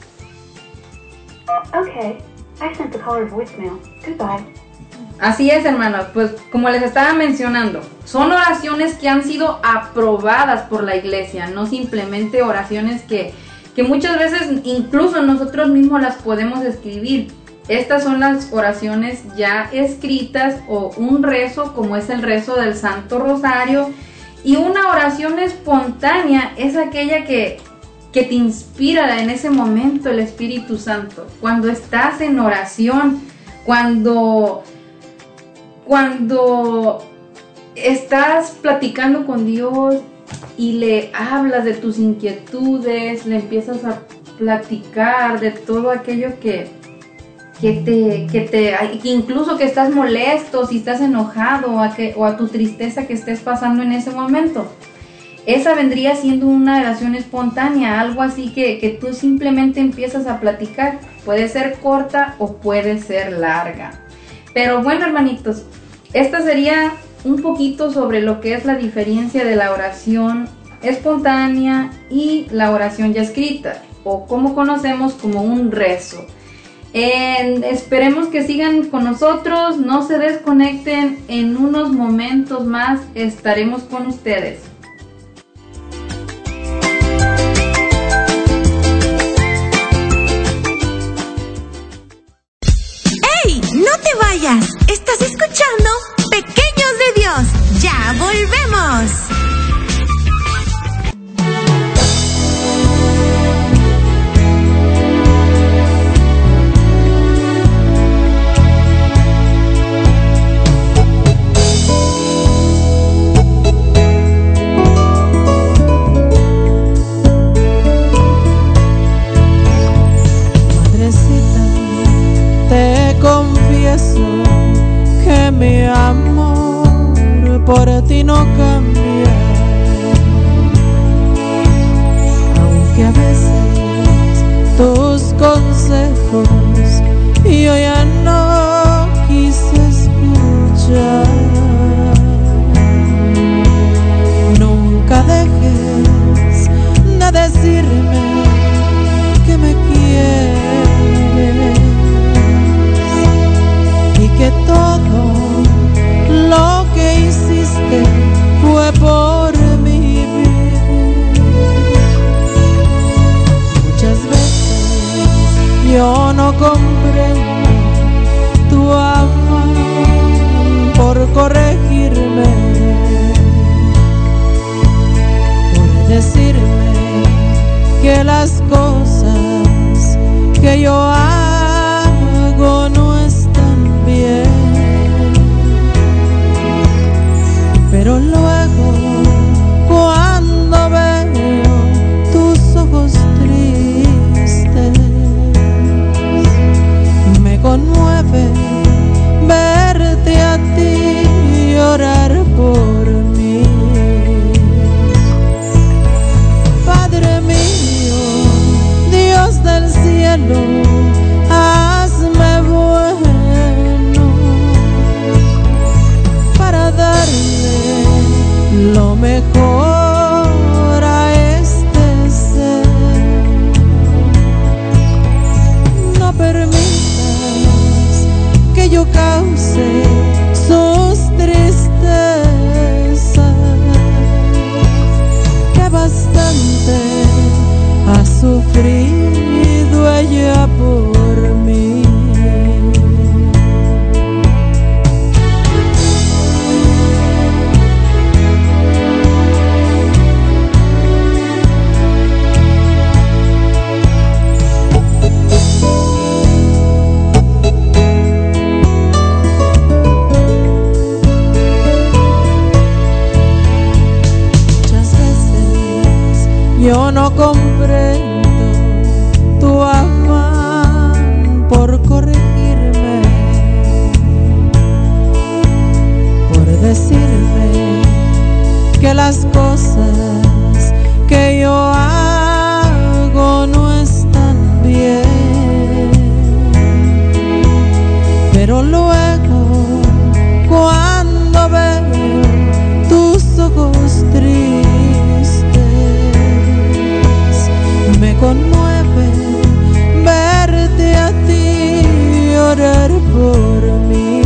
Okay, I sent the caller's voicemail. Goodbye. Así es, hermano, pues como les estaba mencionando, son oraciones que han sido aprobadas por la iglesia, no simplemente oraciones que muchas veces incluso nosotros mismos las podemos escribir. Estas son las oraciones ya escritas, o un rezo como es el rezo del Santo Rosario, y una oración espontánea es aquella que te inspira en ese momento el Espíritu Santo. Cuando estás en oración, cuando estás platicando con Dios y le hablas de tus inquietudes, le empiezas a platicar de todo aquello que incluso que estás molesto, si estás enojado o a tu tristeza que estés pasando en ese momento. Esa vendría siendo una oración espontánea, algo así que tú simplemente empiezas a platicar. Puede ser corta o puede ser larga. Pero bueno, hermanitos, esta sería un poquito sobre lo que es la diferencia de la oración espontánea y la oración ya escrita, o como conocemos como un rezo. Esperemos que sigan con nosotros, no se desconecten, en unos momentos más estaremos con ustedes. ¡Ey! ¡No te vayas! ¿Estás escuchando Pequeños de Dios? ¡Ya volvemos! Que mi amor por ti no cambia, aunque a veces tus consejos yo ya no quise escuchar. Nunca dejes de decirme que me quieres y que todo lo que hiciste fue por mi bien. Muchas veces yo no comprendo tu afán por corregirme, por decirme que las cosas que yo hago no están bien. Pero luego, cuando veo tus ojos tristes, me conmueve verte a ti llorar por mí. Padre mío, Dios del cielo, hazme bueno para darle lo mejor a este ser. No permitas que yo cause sus tristezas, que bastante ha sufrido ella por mí. no comprendo tu afán por corregirme, por decirme que las cosas que yo hago no están bien. Pero luego, cuando veo tus ojos tristes, me conmueve verte a ti llorar por mí.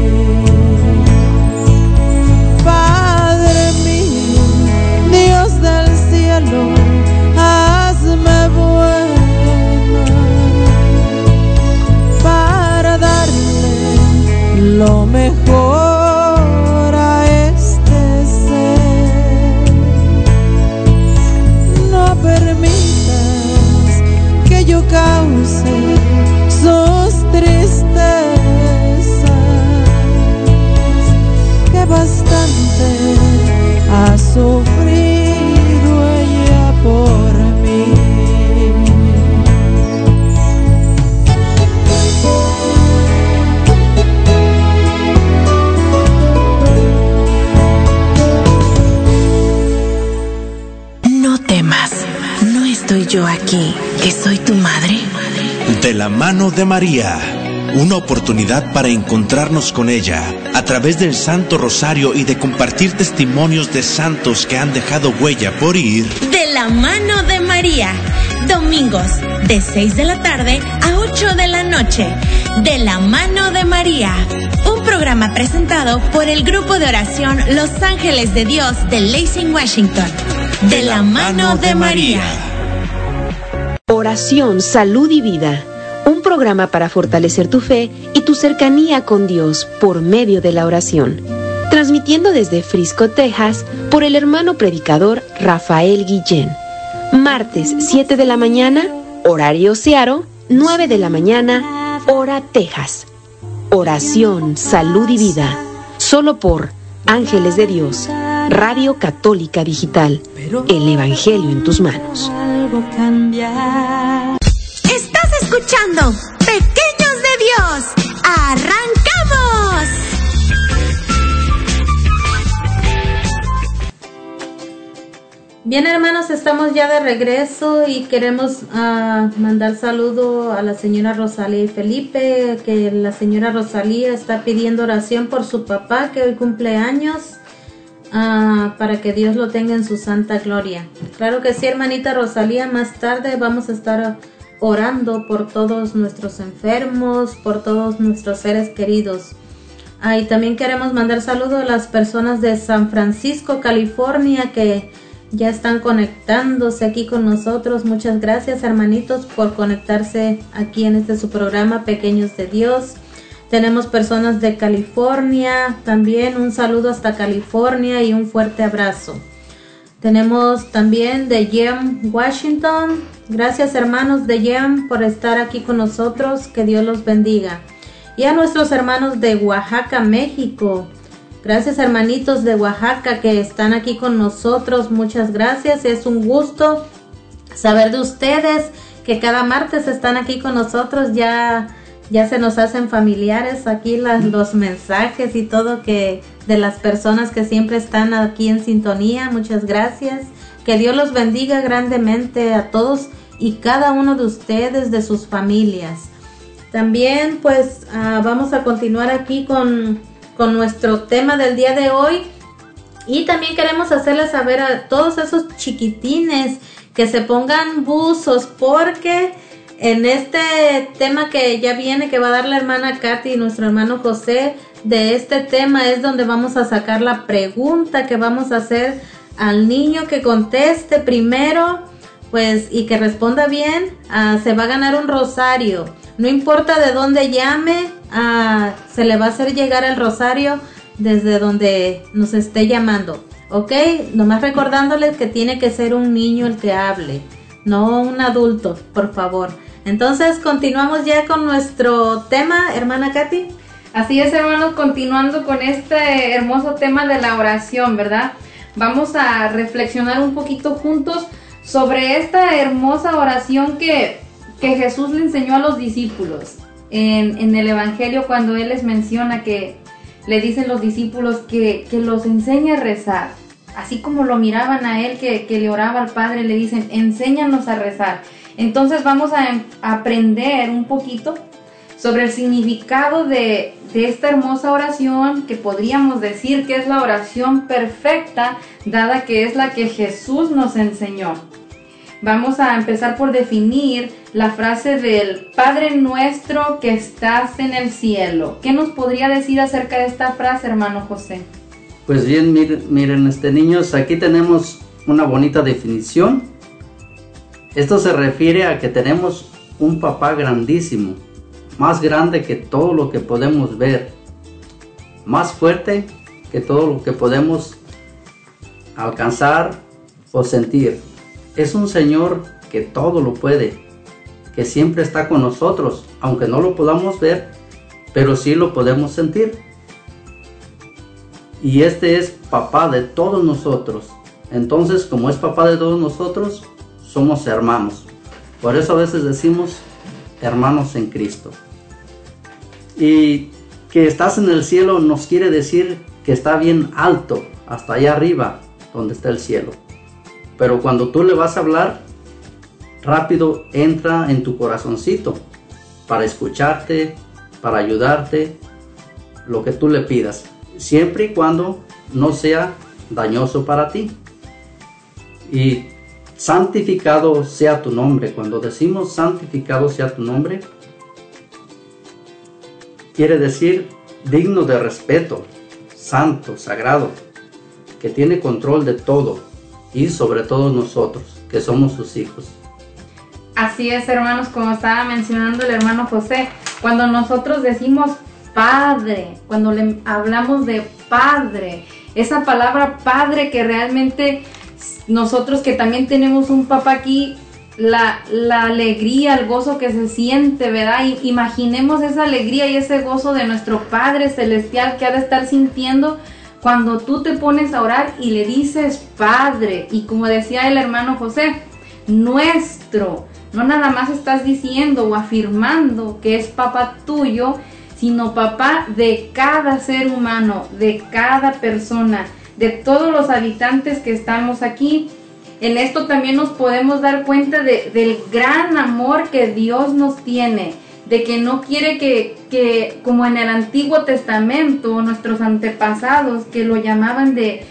Padre mío, Dios del cielo, hazme buena para darle lo mejor a este ser. No permitas que yo cause sus tristezas, que bastante ha sufrido ella por mí. No temas, no estoy yo aquí, que soy tu madre. De la mano de María, una oportunidad para encontrarnos con ella a través del Santo Rosario y de compartir testimonios de santos que han dejado huella por ir. De la mano de María, domingos de 6 de la tarde a 8 de la noche. De la mano de María, un programa presentado por el grupo de oración Los Ángeles de Dios de Lansing, Washington. De la mano de María. Oración, salud y vida. Un programa para fortalecer tu fe y tu cercanía con Dios por medio de la oración. Transmitiendo desde Frisco, Texas, por el hermano predicador Rafael Guillén. Martes, 7 de la mañana, horario Seattle, 9 de la mañana, hora Texas. Oración, salud y vida. Solo por Ángeles de Dios, Radio Católica Digital. El Evangelio en tus manos. Estás escuchando Pequeños de Dios. ¡Arrancamos! Bien, hermanos, estamos ya de regreso y queremos mandar saludo a la señora Rosalía y Felipe, que la señora Rosalía está pidiendo oración por su papá que hoy cumple años, para que Dios lo tenga en su santa gloria. Claro que sí, hermanita Rosalía, más tarde vamos a estar orando por todos nuestros enfermos, por todos nuestros seres queridos. Y también queremos mandar saludo a las personas de San Francisco, California, que ya están conectándose aquí con nosotros. Muchas gracias, hermanitos, por conectarse aquí en su programa Pequeños de Dios. Tenemos personas de California también, un saludo hasta California y un fuerte abrazo. Tenemos también de Yem, Washington. Gracias, hermanos de Yem, por estar aquí con nosotros. Que Dios los bendiga. Y a nuestros hermanos de Oaxaca, México. Gracias, hermanitos de Oaxaca que están aquí con nosotros. Muchas gracias. Es un gusto saber de ustedes que cada martes están aquí con nosotros. Ya se nos hacen familiares aquí los mensajes y todo que de las personas que siempre están aquí en sintonía. Muchas gracias. Que Dios los bendiga grandemente a todos y cada uno de ustedes, de sus familias. También pues vamos a continuar aquí con nuestro tema del día de hoy. Y también queremos hacerles saber a todos esos chiquitines que se pongan buzos, porque en este tema que ya viene, que va a dar la hermana Katy y nuestro hermano José, de este tema es donde vamos a sacar la pregunta que vamos a hacer al niño que conteste primero, pues, y que responda bien, se va a ganar un rosario. No importa de dónde llame, se le va a hacer llegar el rosario desde donde nos esté llamando, ¿ok? Nomás recordándoles que tiene que ser un niño el que hable, no un adulto, por favor. Entonces, continuamos ya con nuestro tema, hermana Katy. Así es, hermanos, continuando con este hermoso tema de la oración, ¿verdad? Vamos a reflexionar un poquito juntos sobre esta hermosa oración que Jesús le enseñó a los discípulos en el Evangelio, cuando Él les menciona que le dicen los discípulos que los enseñe a rezar. Así como lo miraban a Él que le oraba al Padre, le dicen, enséñanos a rezar. Entonces vamos a aprender un poquito sobre el significado de esta hermosa oración, que podríamos decir que es la oración perfecta, dada que es la que Jesús nos enseñó. Vamos a empezar por definir la frase del Padre nuestro que estás en el cielo. ¿Qué nos podría decir acerca de esta frase, hermano José? Pues bien, miren, niños, aquí tenemos una bonita definición. Esto se refiere a que tenemos un papá grandísimo, más grande que todo lo que podemos ver, más fuerte que todo lo que podemos alcanzar o sentir. Es un Señor que todo lo puede, que siempre está con nosotros, aunque no lo podamos ver, pero sí lo podemos sentir. Y este es papá de todos nosotros. Entonces, como es papá de todos nosotros, somos hermanos. Por eso a veces decimos hermanos en Cristo. Y que estás en el cielo nos quiere decir que está bien alto, hasta allá arriba, donde está el cielo. Pero cuando tú le vas a hablar, rápido entra en tu corazoncito para escucharte, para ayudarte, lo que tú le pidas, siempre y cuando no sea dañoso para ti. Y santificado sea tu nombre. Cuando decimos santificado sea tu nombre, quiere decir digno de respeto, santo, sagrado, que tiene control de todo y sobre todo nosotros, que somos sus hijos. Así es, hermanos, como estaba mencionando el hermano José, cuando nosotros decimos Padre, cuando le hablamos de Padre, esa palabra Padre que realmente nosotros que también tenemos un papá aquí, la alegría, el gozo que se siente, ¿verdad? Imaginemos esa alegría y ese gozo de nuestro Padre Celestial que ha de estar sintiendo cuando tú te pones a orar y le dices Padre. Y como decía el hermano José, nuestro, no nada más estás diciendo o afirmando que es papá tuyo, sino papá de cada ser humano, de cada persona, de todos los habitantes que estamos aquí. En esto también nos podemos dar cuenta del gran amor que Dios nos tiene, de que no quiere que como en el Antiguo Testamento, nuestros antepasados que lo llamaban de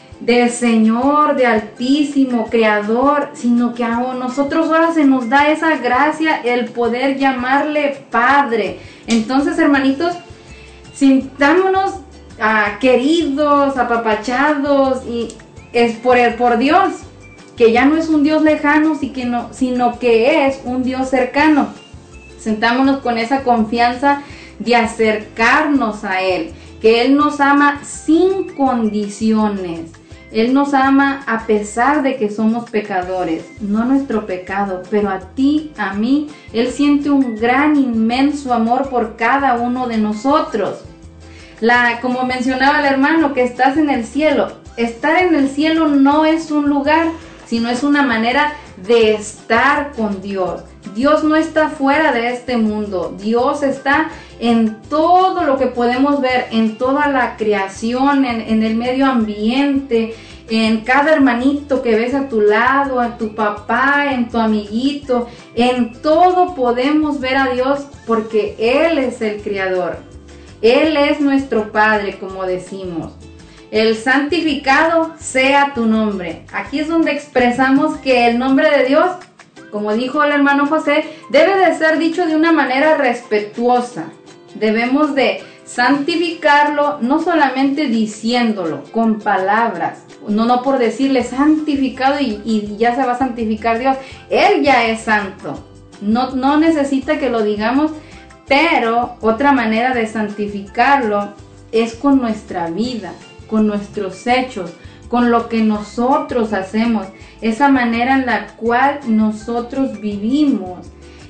Señor, de Altísimo, Creador, sino que a nosotros ahora se nos da esa gracia, el poder llamarle Padre. Entonces, hermanitos, sintámonos queridos, apapachados, y es por Dios, que ya no es un Dios lejano, sino que es un Dios cercano. Sentámonos con esa confianza de acercarnos a Él, que Él nos ama sin condiciones. Él nos ama a pesar de que somos pecadores, no nuestro pecado, pero a ti, a mí, Él siente un gran, inmenso amor por cada uno de nosotros. Como mencionaba el hermano, que estás en el cielo. Estar en el cielo no es un lugar, sino es una manera de estar con Dios. Dios no está fuera de este mundo. Dios está en todo lo que podemos ver, en toda la creación, en el medio ambiente, en cada hermanito que ves a tu lado, a tu papá, en tu amiguito. En todo podemos ver a Dios porque Él es el Creador. Él es nuestro Padre, como decimos. El santificado sea tu nombre. Aquí es donde expresamos que el nombre de Dios, como dijo el hermano José, debe de ser dicho de una manera respetuosa. Debemos de santificarlo, no solamente diciéndolo con palabras, no por decirle santificado y ya se va a santificar Dios. Él ya es santo, no necesita que lo digamos, pero otra manera de santificarlo es con nuestra vida, con nuestros hechos, con lo que nosotros hacemos, esa manera en la cual nosotros vivimos.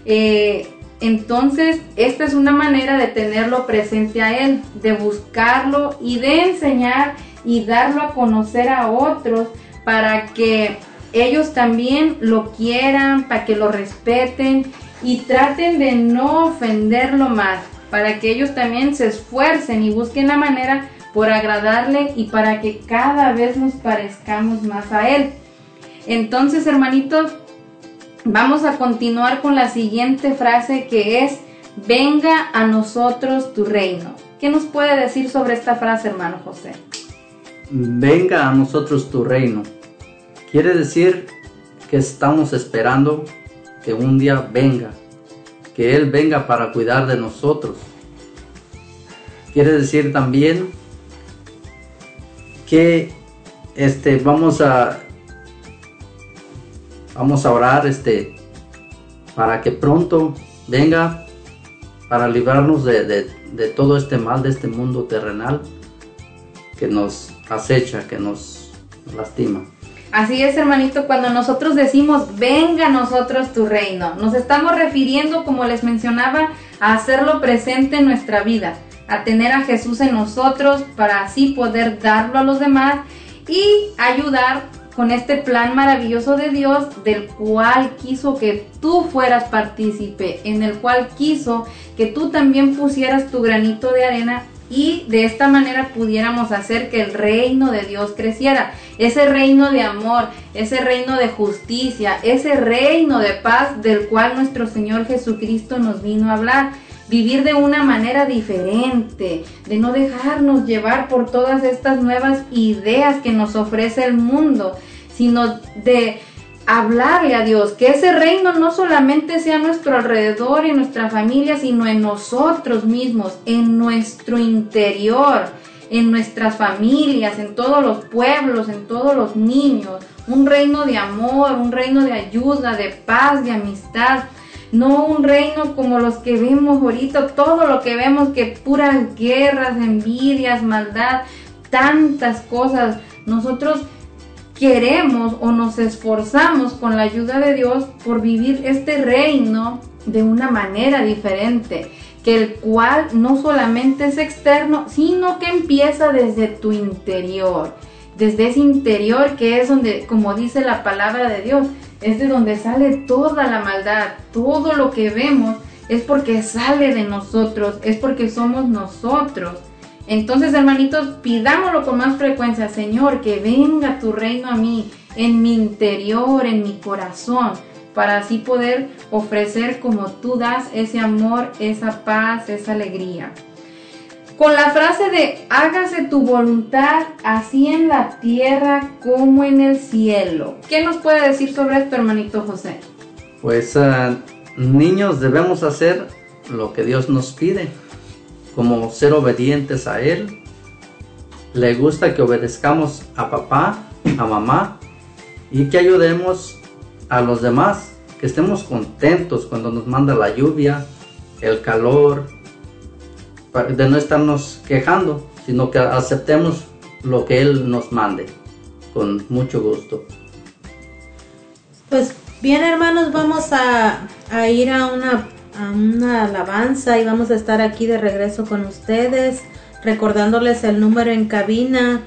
Entonces, esta es una manera de tenerlo presente a Él, de buscarlo y de enseñar y darlo a conocer a otros para que ellos también lo quieran, para que lo respeten y traten de no ofenderlo más, para que ellos también se esfuercen y busquen la manera por agradarle y para que cada vez nos parezcamos más a Él. Entonces, hermanitos, vamos a continuar con la siguiente frase, que es: venga a nosotros tu reino. ¿Qué nos puede decir sobre esta frase, hermano José? Venga a nosotros tu reino. Quiere decir que estamos esperando que un día venga, que Él venga para cuidar de nosotros. Quiere decir también que vamos a orar para que pronto venga para librarnos de todo este mal, de este mundo terrenal que nos acecha, que nos lastima. Así es, hermanito, cuando nosotros decimos venga a nosotros tu reino, nos estamos refiriendo, como les mencionaba, a hacerlo presente en nuestra vida, a tener a Jesús en nosotros para así poder darlo a los demás y ayudar con este plan maravilloso de Dios, del cual quiso que tú fueras partícipe, en el cual quiso que tú también pusieras tu granito de arena y de esta manera pudiéramos hacer que el reino de Dios creciera, ese reino de amor, ese reino de justicia, ese reino de paz del cual nuestro Señor Jesucristo nos vino a hablar. Vivir de una manera diferente, de no dejarnos llevar por todas estas nuevas ideas que nos ofrece el mundo, sino de hablarle a Dios, que ese reino no solamente sea a nuestro alrededor, en nuestra familia, sino en nosotros mismos, en nuestro interior, en nuestras familias, en todos los pueblos, en todos los niños. Un reino de amor, un reino de ayuda, de paz, de amistad. No un reino como los que vemos ahorita, todo lo que vemos, que puras guerras, envidias, maldad, tantas cosas. Nosotros queremos o nos esforzamos con la ayuda de Dios por vivir este reino de una manera diferente, que el cual no solamente es externo, sino que empieza desde tu interior, desde ese interior que es donde, como dice la palabra de Dios, es de donde sale toda la maldad. Todo lo que vemos es porque sale de nosotros, es porque somos nosotros. Entonces, hermanitos, pidámoslo con más frecuencia: Señor, que venga tu reino a mí, en mi interior, en mi corazón, para así poder ofrecer como tú das ese amor, esa paz, esa alegría. Con la frase de hágase tu voluntad, así en la tierra como en el cielo. ¿Qué nos puede decir sobre esto, hermanito José? Pues niños, debemos hacer lo que Dios nos pide, como ser obedientes a Él. Le gusta que obedezcamos a papá, a mamá, y que ayudemos a los demás, que estemos contentos cuando nos manda la lluvia, el calor, de no estarnos quejando, sino que aceptemos lo que Él nos mande, con mucho gusto. Pues bien, hermanos, vamos a ir a una alabanza y vamos a estar aquí de regreso con ustedes, recordándoles el número en cabina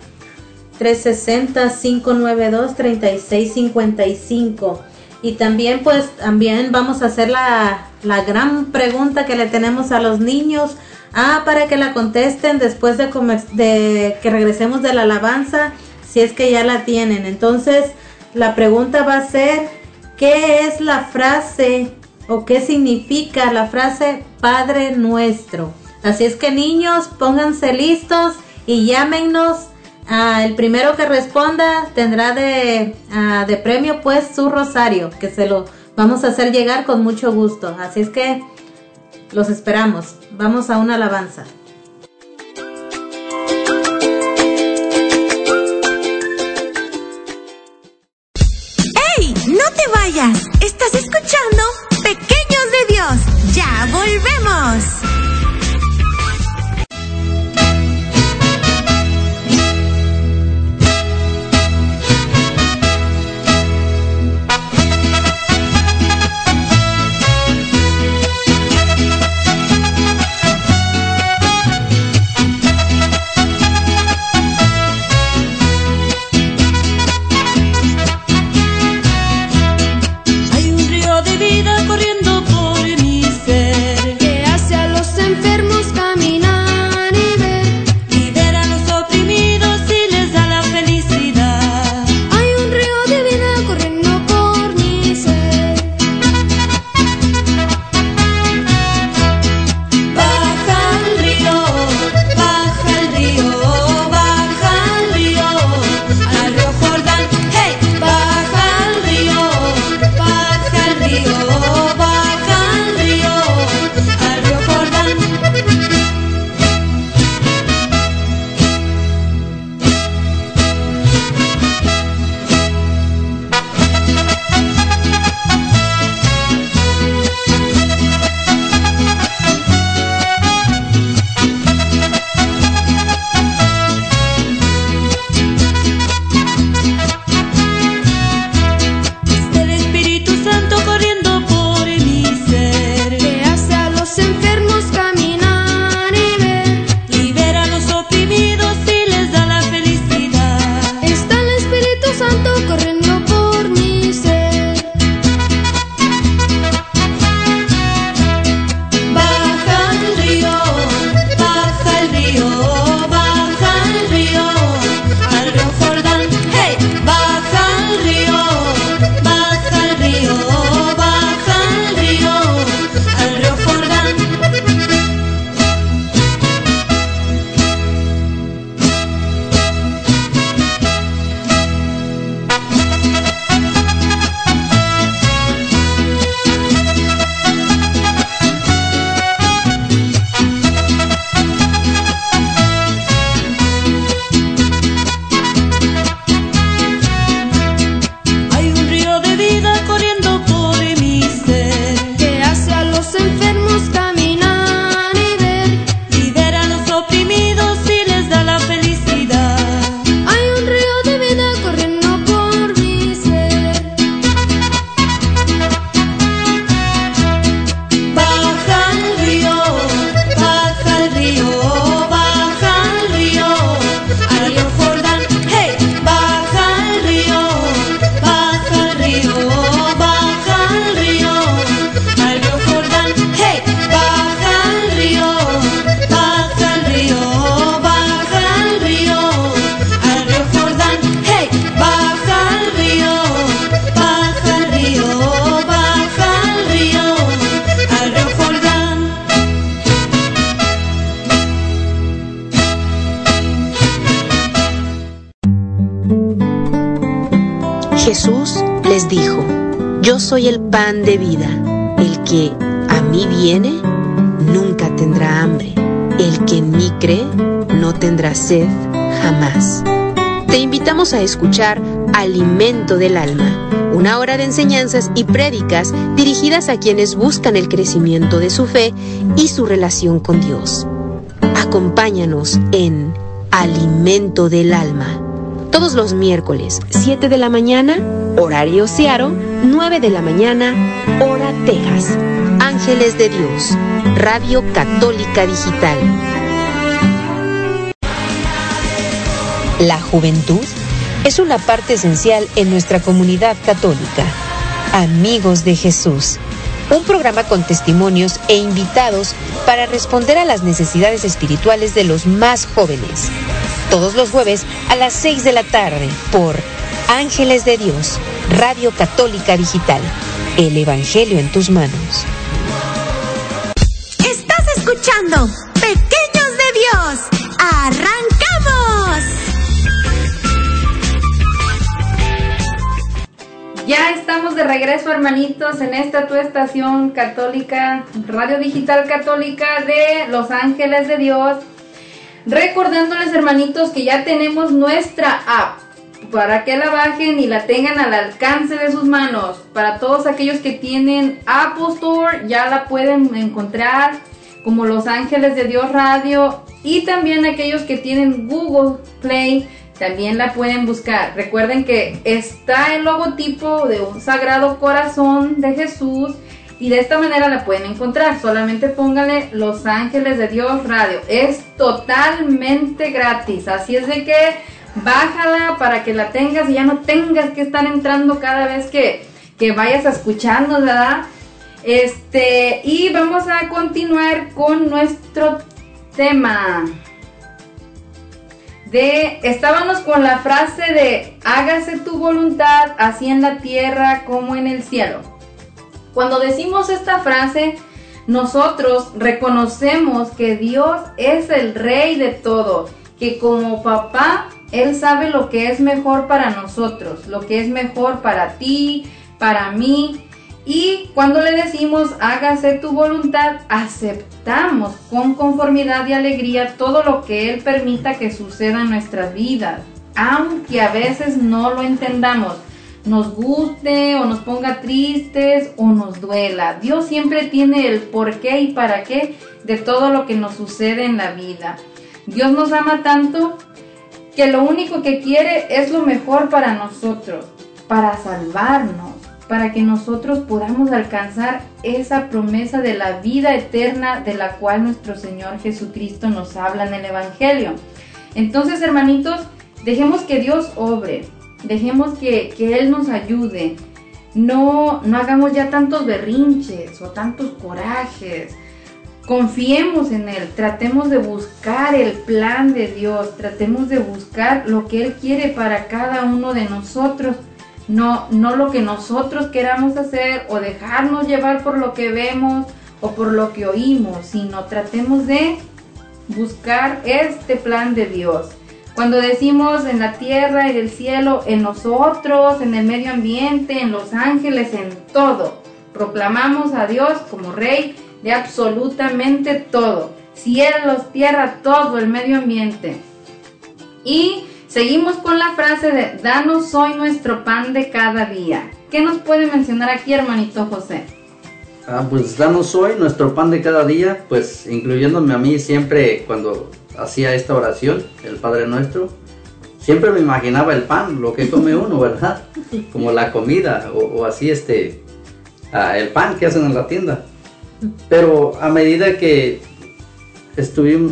360-592-3655. Y también vamos a hacer la gran pregunta que le tenemos a los niños, para que la contesten después de que regresemos de la alabanza, si es que ya la tienen. Entonces la pregunta va a ser: ¿qué es la frase o qué significa la frase Padre Nuestro? Así es que, niños, pónganse listos y llámenos. El primero que responda tendrá de premio pues su rosario, que se lo vamos a hacer llegar con mucho gusto. Así es que los esperamos. Vamos a una alabanza. ¡Ey! ¡No te vayas! Estás escuchando Pequeños de Dios. ¡Ya volvemos! soy el pan de vida. El que a mí viene, nunca tendrá hambre. El que en mí cree, no tendrá sed jamás. Te invitamos a escuchar Alimento del Alma, una hora de enseñanzas y prédicas dirigidas a quienes buscan el crecimiento de su fe y su relación con Dios. Acompáñanos en Alimento del Alma, todos los miércoles, 7 de la mañana, horario Seattle, 9 de la mañana, hora Texas. Ángeles de Dios, Radio Católica Digital. La juventud es una parte esencial en nuestra comunidad católica. Amigos de Jesús, un programa con testimonios e invitados para responder a las necesidades espirituales de los más jóvenes. Todos los jueves a las 6 de la tarde por Ángeles de Dios, Radio Católica Digital. El Evangelio en tus manos. Estás escuchando Pequeños de Dios. ¡Arrancamos! Ya estamos de regreso, hermanitos, en esta tu estación católica, Radio Digital Católica de Los Ángeles de Dios. Recordándoles, hermanitos, que ya tenemos nuestra app para que la bajen y la tengan al alcance de sus manos. Para todos aquellos que tienen Apple Store, ya la pueden encontrar como Los Ángeles de Dios Radio. Y también aquellos que tienen Google Play, también la pueden buscar. Recuerden que está el logotipo de un Sagrado Corazón de Jesús y de esta manera la pueden encontrar. Solamente pónganle Los Ángeles de Dios Radio. Es totalmente gratis, así es de que bájala para que la tengas y ya no tengas que estar entrando cada vez que vayas a escucharnos, ¿verdad? Y vamos a continuar con nuestro tema. Estábamos con la frase de hágase tu voluntad, así en la tierra como en el cielo. Cuando decimos esta frase, nosotros reconocemos que Dios es el Rey de todo, que como papá, Él sabe lo que es mejor para nosotros, lo que es mejor para ti, para mí. Y cuando le decimos hágase tu voluntad, aceptamos con conformidad y alegría todo lo que Él permita que suceda en nuestras vidas, aunque a veces no lo entendamos, nos guste o nos ponga tristes o nos duela. Dios siempre tiene el por qué y para qué de todo lo que nos sucede en la vida. Dios nos ama tanto que lo único que quiere es lo mejor para nosotros, para salvarnos, para que nosotros podamos alcanzar esa promesa de la vida eterna de la cual nuestro Señor Jesucristo nos habla en el Evangelio. Entonces, hermanitos, dejemos que Dios obre, dejemos que Él nos ayude. No hagamos ya tantos berrinches o tantos corajes. Confiemos en Él, tratemos de buscar el plan de Dios, tratemos de buscar lo que Él quiere para cada uno de nosotros. No lo que nosotros queramos hacer o dejarnos llevar por lo que vemos o por lo que oímos, sino tratemos de buscar este plan de Dios. Cuando decimos en la tierra y el cielo, en nosotros, en el medio ambiente, en los ángeles, en todo, proclamamos a Dios como Rey de absolutamente todo, cielos, tierra, todo el medio ambiente. Y seguimos con la frase de danos hoy nuestro pan de cada día. ¿Qué nos puede mencionar aquí, hermanito José? Pues danos hoy nuestro pan de cada día, pues incluyéndome a mí siempre cuando hacía esta oración, el Padre Nuestro, siempre me imaginaba el pan, lo que come uno, ¿verdad? Como la comida o así el pan que hacen en la tienda. Pero a medida que estuve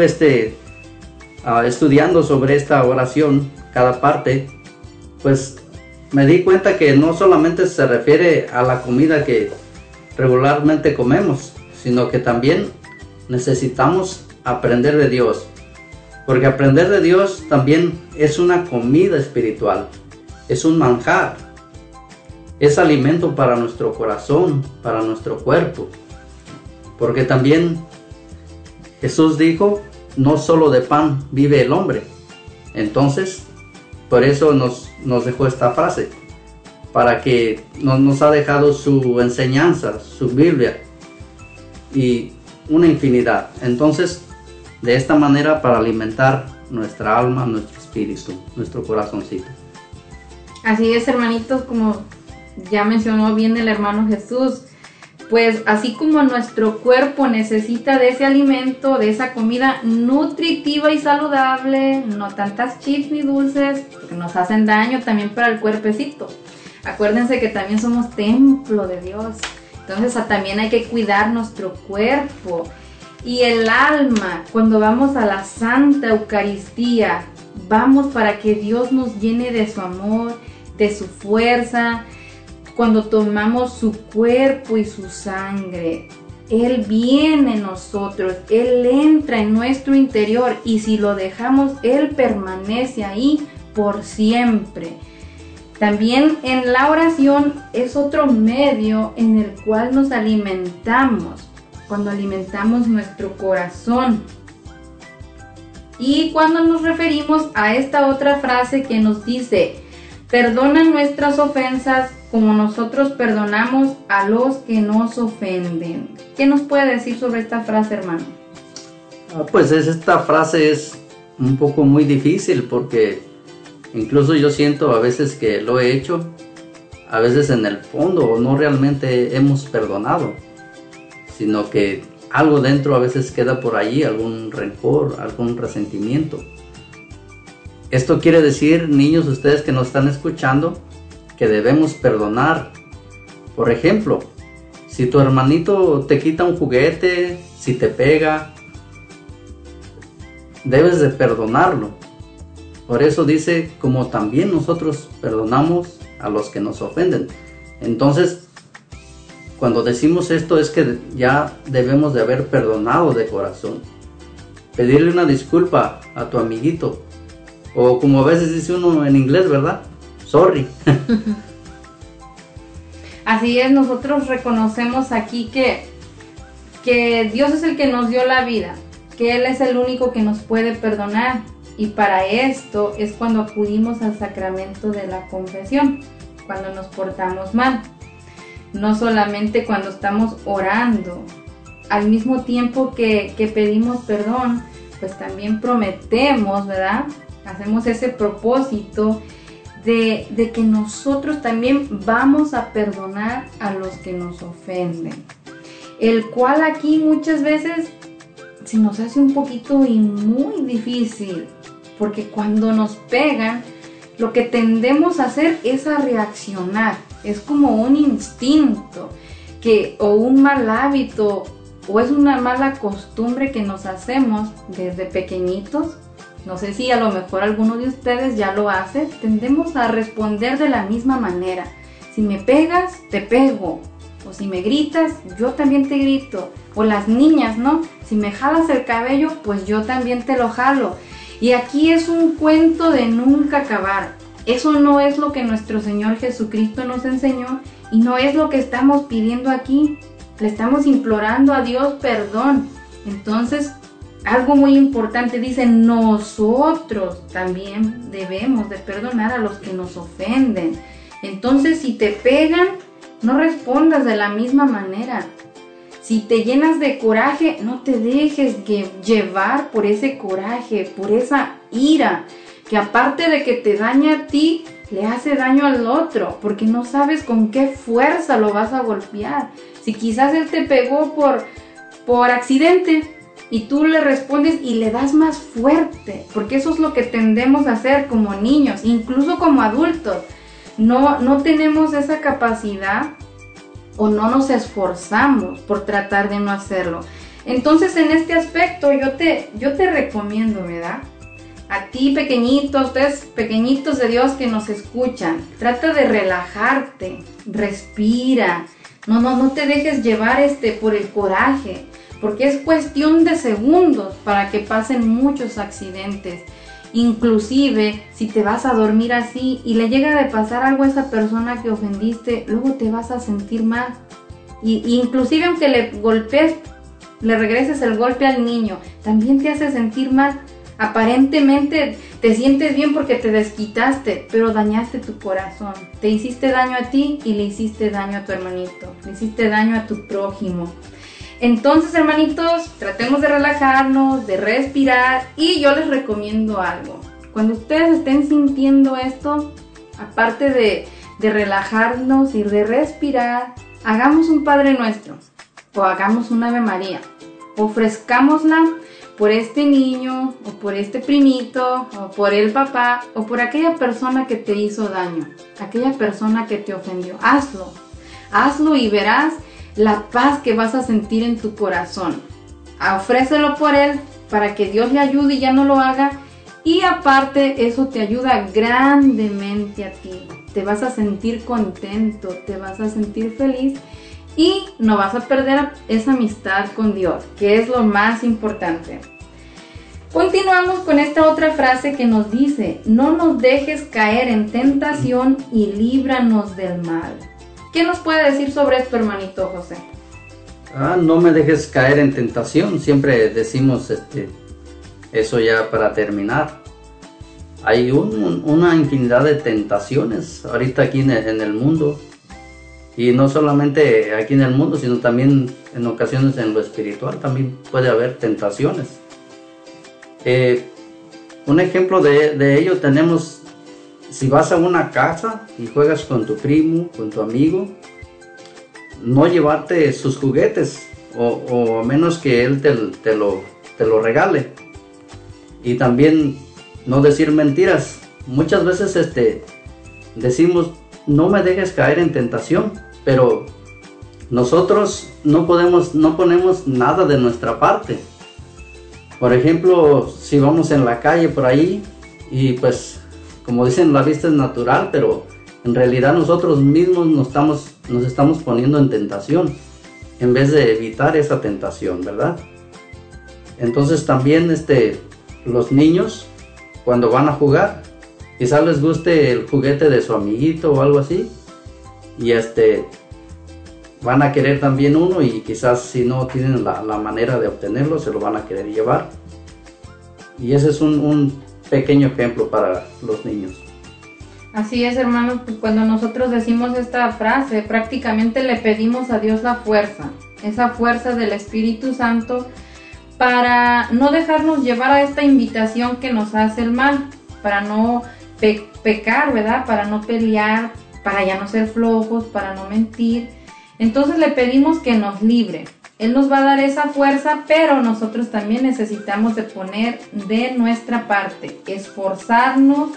estudiando sobre esta oración, cada parte, pues me di cuenta que no solamente se refiere a la comida que regularmente comemos, sino que también necesitamos aprender de Dios, porque aprender de Dios también es una comida espiritual, es un manjar, es alimento para nuestro corazón, para nuestro cuerpo, porque también Jesús dijo, no solo de pan vive el hombre. Entonces, por eso nos dejó esta frase, para que nos ha dejado su enseñanza, su Biblia y una infinidad. Entonces, de esta manera, para alimentar nuestra alma, nuestro espíritu, nuestro corazoncito. Así es, hermanitos, como ya mencionó bien el hermano Jesús, pues así como nuestro cuerpo necesita de ese alimento, de esa comida nutritiva y saludable, no tantas chips ni dulces, porque nos hacen daño también para el cuerpecito. Acuérdense que también somos templo de Dios, entonces también hay que cuidar nuestro cuerpo y el alma. Cuando vamos a la Santa Eucaristía, vamos para que Dios nos llene de su amor, de su fuerza. Cuando tomamos su cuerpo y su sangre, Él viene en nosotros, Él entra en nuestro interior y si lo dejamos, Él permanece ahí por siempre. También en la oración es otro medio en el cual nos alimentamos, cuando alimentamos nuestro corazón. Y cuando nos referimos a esta otra frase que nos dice, perdona nuestras ofensas como nosotros perdonamos a los que nos ofenden. ¿Qué nos puede decir sobre esta frase, hermano? Pues esta frase es un poco muy difícil porque incluso yo siento a veces que lo he hecho, a veces en el fondo no realmente hemos perdonado, sino que algo dentro a veces queda por allí, algún rencor, algún resentimiento. Esto quiere decir, niños, ustedes que nos están escuchando, que debemos perdonar. Por ejemplo, si tu hermanito te quita un juguete, si te pega, debes de perdonarlo. Por eso dice, como también nosotros perdonamos a los que nos ofenden. Entonces, cuando decimos esto es que ya debemos de haber perdonado de corazón. Pedirle una disculpa a tu amiguito. O como a veces dice uno en inglés, ¿verdad? Sorry. Así es, nosotros reconocemos aquí que Dios es el que nos dio la vida, que Él es el único que nos puede perdonar. Y para esto es cuando acudimos al sacramento de la confesión, cuando nos portamos mal. No solamente cuando estamos orando, al mismo tiempo que pedimos perdón, pues también prometemos, ¿verdad? Hacemos ese propósito de que nosotros también vamos a perdonar a los que nos ofenden. El cual aquí muchas veces se nos hace un poquito y muy difícil, porque cuando nos pegan, lo que tendemos a hacer es a reaccionar. Es como un instinto o un mal hábito o es una mala costumbre que nos hacemos desde pequeñitos. No sé si a lo mejor alguno de ustedes ya lo hace. Tendemos a responder de la misma manera. Si me pegas, te pego. O si me gritas, yo también te grito. O las niñas, ¿no? Si me jalas el cabello, pues yo también te lo jalo. Y aquí es un cuento de nunca acabar. Eso no es lo que nuestro Señor Jesucristo nos enseñó y no es lo que estamos pidiendo aquí. Le estamos implorando a Dios perdón. Entonces, algo muy importante dice, nosotros también debemos de perdonar a los que nos ofenden. Entonces, si te pegan, no respondas de la misma manera. Si te llenas de coraje, no te dejes llevar por ese coraje, por esa ira, que aparte de que te daña a ti, le hace daño al otro, porque no sabes con qué fuerza lo vas a golpear. Si quizás él te pegó por accidente y tú le respondes y le das más fuerte, porque eso es lo que tendemos a hacer como niños, incluso como adultos. No tenemos esa capacidad o no nos esforzamos por tratar de no hacerlo. Entonces, en este aspecto yo te recomiendo, ¿verdad? A ti pequeñito, ustedes pequeñitos de Dios que nos escuchan, trata de relajarte, respira, no te dejes llevar por el coraje, porque es cuestión de segundos para que pasen muchos accidentes. Inclusive, si te vas a dormir así y le llega de pasar algo a esa persona que ofendiste, luego te vas a sentir mal. Y inclusive aunque le golpees, le regreses el golpe al niño, también te hace sentir mal. Aparentemente te sientes bien porque te desquitaste, pero dañaste tu corazón. Te hiciste daño a ti y le hiciste daño a tu hermanito, le hiciste daño a tu prójimo. Entonces, hermanitos, tratemos de relajarnos, de respirar, y yo les recomiendo algo. Cuando ustedes estén sintiendo esto, aparte de relajarnos y de respirar, hagamos un Padre Nuestro o hagamos un Ave María. Ofrezcámosla por este niño o por este primito o por el papá o por aquella persona que te hizo daño, aquella persona que te ofendió. Hazlo y verás la paz que vas a sentir en tu corazón. Ofrécelo por él para que Dios le ayude y ya no lo haga. Y aparte, eso te ayuda grandemente a ti. Te vas a sentir contento, te vas a sentir feliz y no vas a perder esa amistad con Dios, que es lo más importante. Continuamos con esta otra frase que nos dice: no nos dejes caer en tentación y líbranos del mal. ¿Qué nos puede decir sobre esto, hermanito José? No me dejes caer en tentación. Siempre decimos eso ya para terminar. Hay una infinidad de tentaciones ahorita aquí en el mundo. Y no solamente aquí en el mundo, sino también en ocasiones en lo espiritual también puede haber tentaciones. Un ejemplo de ello tenemos: si vas a una casa y juegas con tu primo, con tu amigo, no llevarte sus juguetes, o a menos que él te lo regale. Y también no decir mentiras. Muchas veces decimos: no me dejes caer en tentación, pero nosotros no ponemos nada de nuestra parte. Por ejemplo, si vamos en la calle por ahí y pues, como dicen, la vista es natural, pero en realidad nosotros mismos nos estamos poniendo en tentación en vez de evitar esa tentación, ¿verdad? Entonces también los niños, cuando van a jugar, quizás les guste el juguete de su amiguito o algo así, y van a querer también uno, y quizás si no tienen la manera de obtenerlo, se lo van a querer llevar. Y ese es un pequeño ejemplo para los niños. Así es, hermanos, pues cuando nosotros decimos esta frase, prácticamente le pedimos a Dios la fuerza, esa fuerza del Espíritu Santo, para no dejarnos llevar a esta invitación que nos hace el mal, para no pecar, ¿verdad? Para no pelear, para ya no ser flojos, para no mentir. Entonces le pedimos que nos libre. Él nos va a dar esa fuerza, pero nosotros también necesitamos de poner de nuestra parte, esforzarnos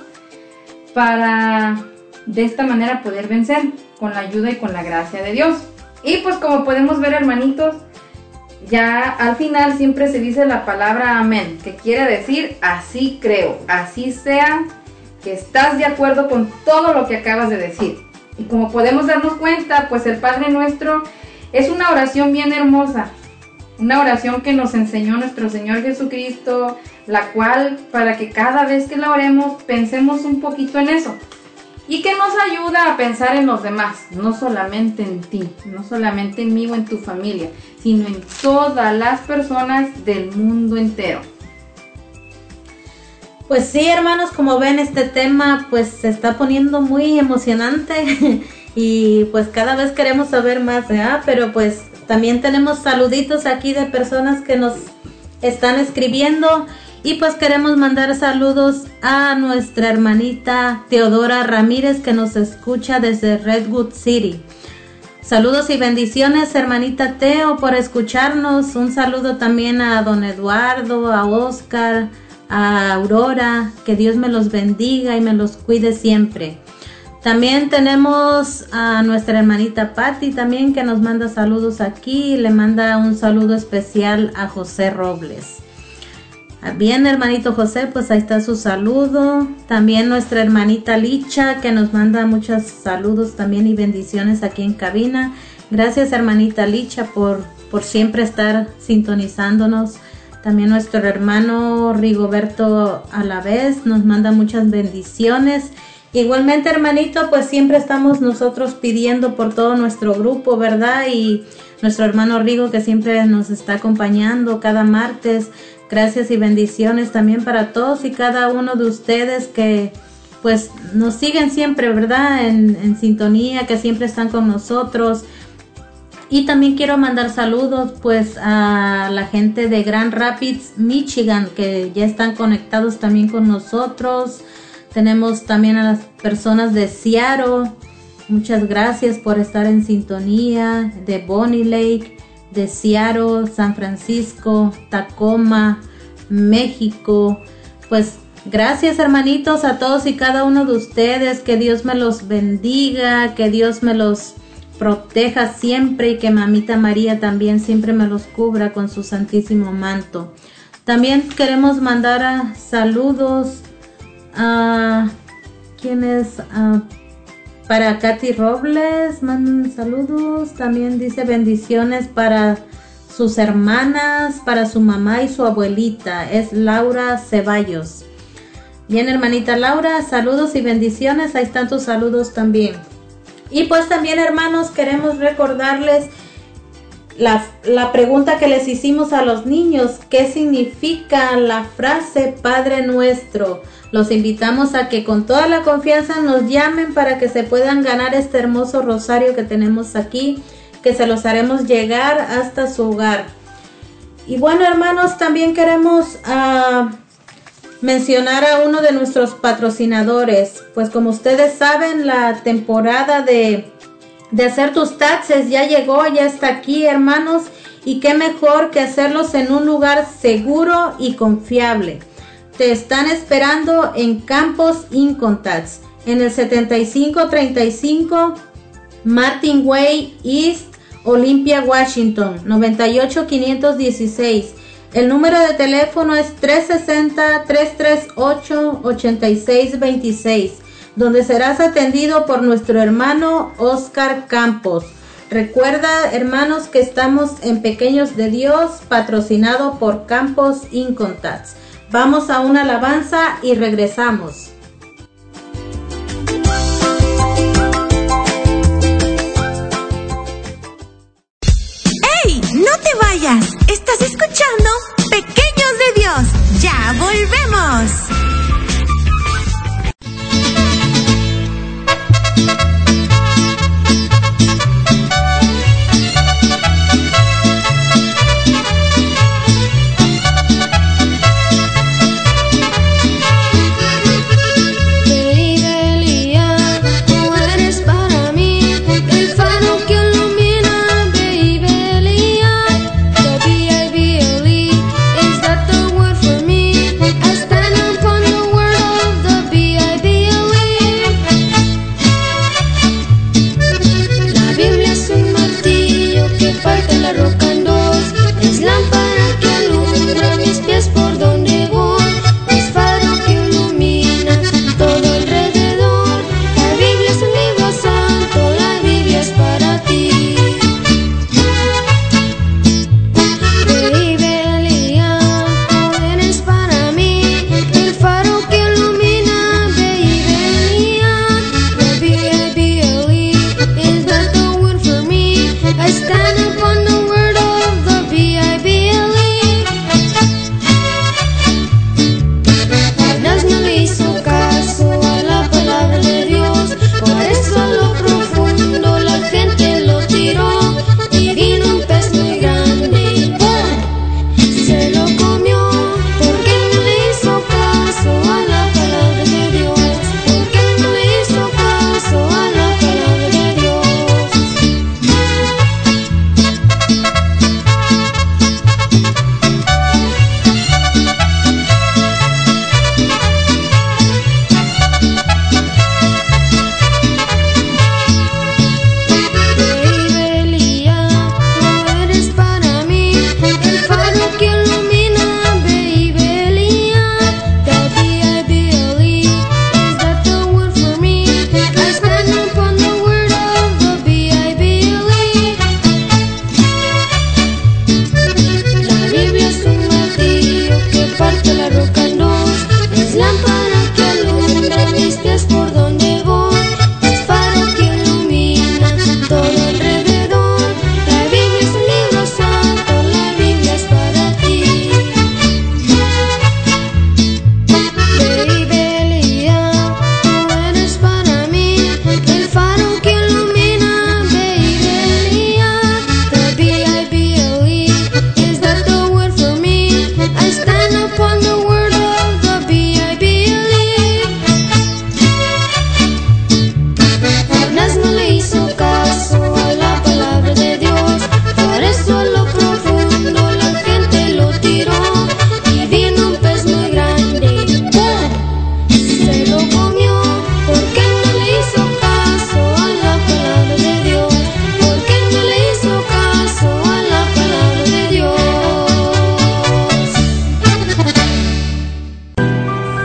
para de esta manera poder vencer con la ayuda y con la gracia de Dios. Y pues como podemos ver, hermanitos, ya al final siempre se dice la palabra amén, que quiere decir así creo, así sea, que estás de acuerdo con todo lo que acabas de decir. Y como podemos darnos cuenta, pues el Padre Nuestro es una oración bien hermosa, una oración que nos enseñó nuestro Señor Jesucristo, la cual, para que cada vez que la oremos, pensemos un poquito en eso. Y que nos ayuda a pensar en los demás, no solamente en ti, no solamente en mí o en tu familia, sino en todas las personas del mundo entero. Pues sí, hermanos, como ven, este tema pues se está poniendo muy emocionante y pues cada vez queremos saber más, ¿verdad? Pero pues también tenemos saluditos aquí de personas que nos están escribiendo, y pues queremos mandar saludos a nuestra hermanita Teodora Ramírez, que nos escucha desde Redwood City. Saludos y bendiciones, hermanita Teo, por escucharnos. Un saludo también a don Eduardo, a Oscar, a Aurora, que Dios me los bendiga y me los cuide siempre. También tenemos a nuestra hermanita Patti también, que nos manda saludos aquí, y le manda un saludo especial a José Robles. Bien, hermanito José, pues ahí está su saludo. También nuestra hermanita Licha, que nos manda muchos saludos también y bendiciones aquí en cabina. Gracias, hermanita Licha, por siempre estar sintonizándonos. También nuestro hermano Rigoberto Alavés nos manda muchas bendiciones. Igualmente, hermanito, pues siempre estamos nosotros pidiendo por todo nuestro grupo, ¿verdad? Y nuestro hermano Rigo, que siempre nos está acompañando cada martes. Gracias y bendiciones también para todos y cada uno de ustedes que pues nos siguen siempre, ¿verdad? En sintonía, que siempre están con nosotros. Y también quiero mandar saludos pues a la gente de Grand Rapids, Michigan, que ya están conectados también con nosotros. Tenemos también a las personas de Seattle. Muchas gracias por estar en sintonía. De Bonnie Lake, de Seattle, San Francisco, Tacoma, México. Pues gracias, hermanitos, a todos y cada uno de ustedes. Que Dios me los bendiga, que Dios me los proteja siempre y que Mamita María también siempre me los cubra con su santísimo manto. También queremos mandar saludos a quienes para Katy Robles, mandan saludos. También dice bendiciones para sus hermanas, para su mamá y su abuelita. Es Laura Ceballos. Bien, hermanita Laura, saludos y bendiciones. Ahí están tus saludos también. Y pues también, hermanos, queremos recordarles la pregunta que les hicimos a los niños. ¿Qué significa la frase Padre Nuestro? Los invitamos a que con toda la confianza nos llamen para que se puedan ganar este hermoso rosario que tenemos aquí, que se los haremos llegar hasta su hogar. Y bueno, hermanos, también queremos mencionar a uno de nuestros patrocinadores. Pues como ustedes saben, la temporada de hacer tus taxes ya llegó, ya está aquí, hermanos, y qué mejor que hacerlos en un lugar seguro y confiable. Te están esperando en Campos Income Tax, en el 7535 Martin Way East, Olympia, Washington, 98516. El número de teléfono es 360-338-8626, donde serás atendido por nuestro hermano Oscar Campos. Recuerda, hermanos, que estamos en Pequeños de Dios, patrocinado por Campos Income Tax. Vamos a una alabanza y regresamos. ¡Ey! ¡No te vayas! ¿Estás escuchando Pequeños de Dios? ¡Ya volvemos! Stand on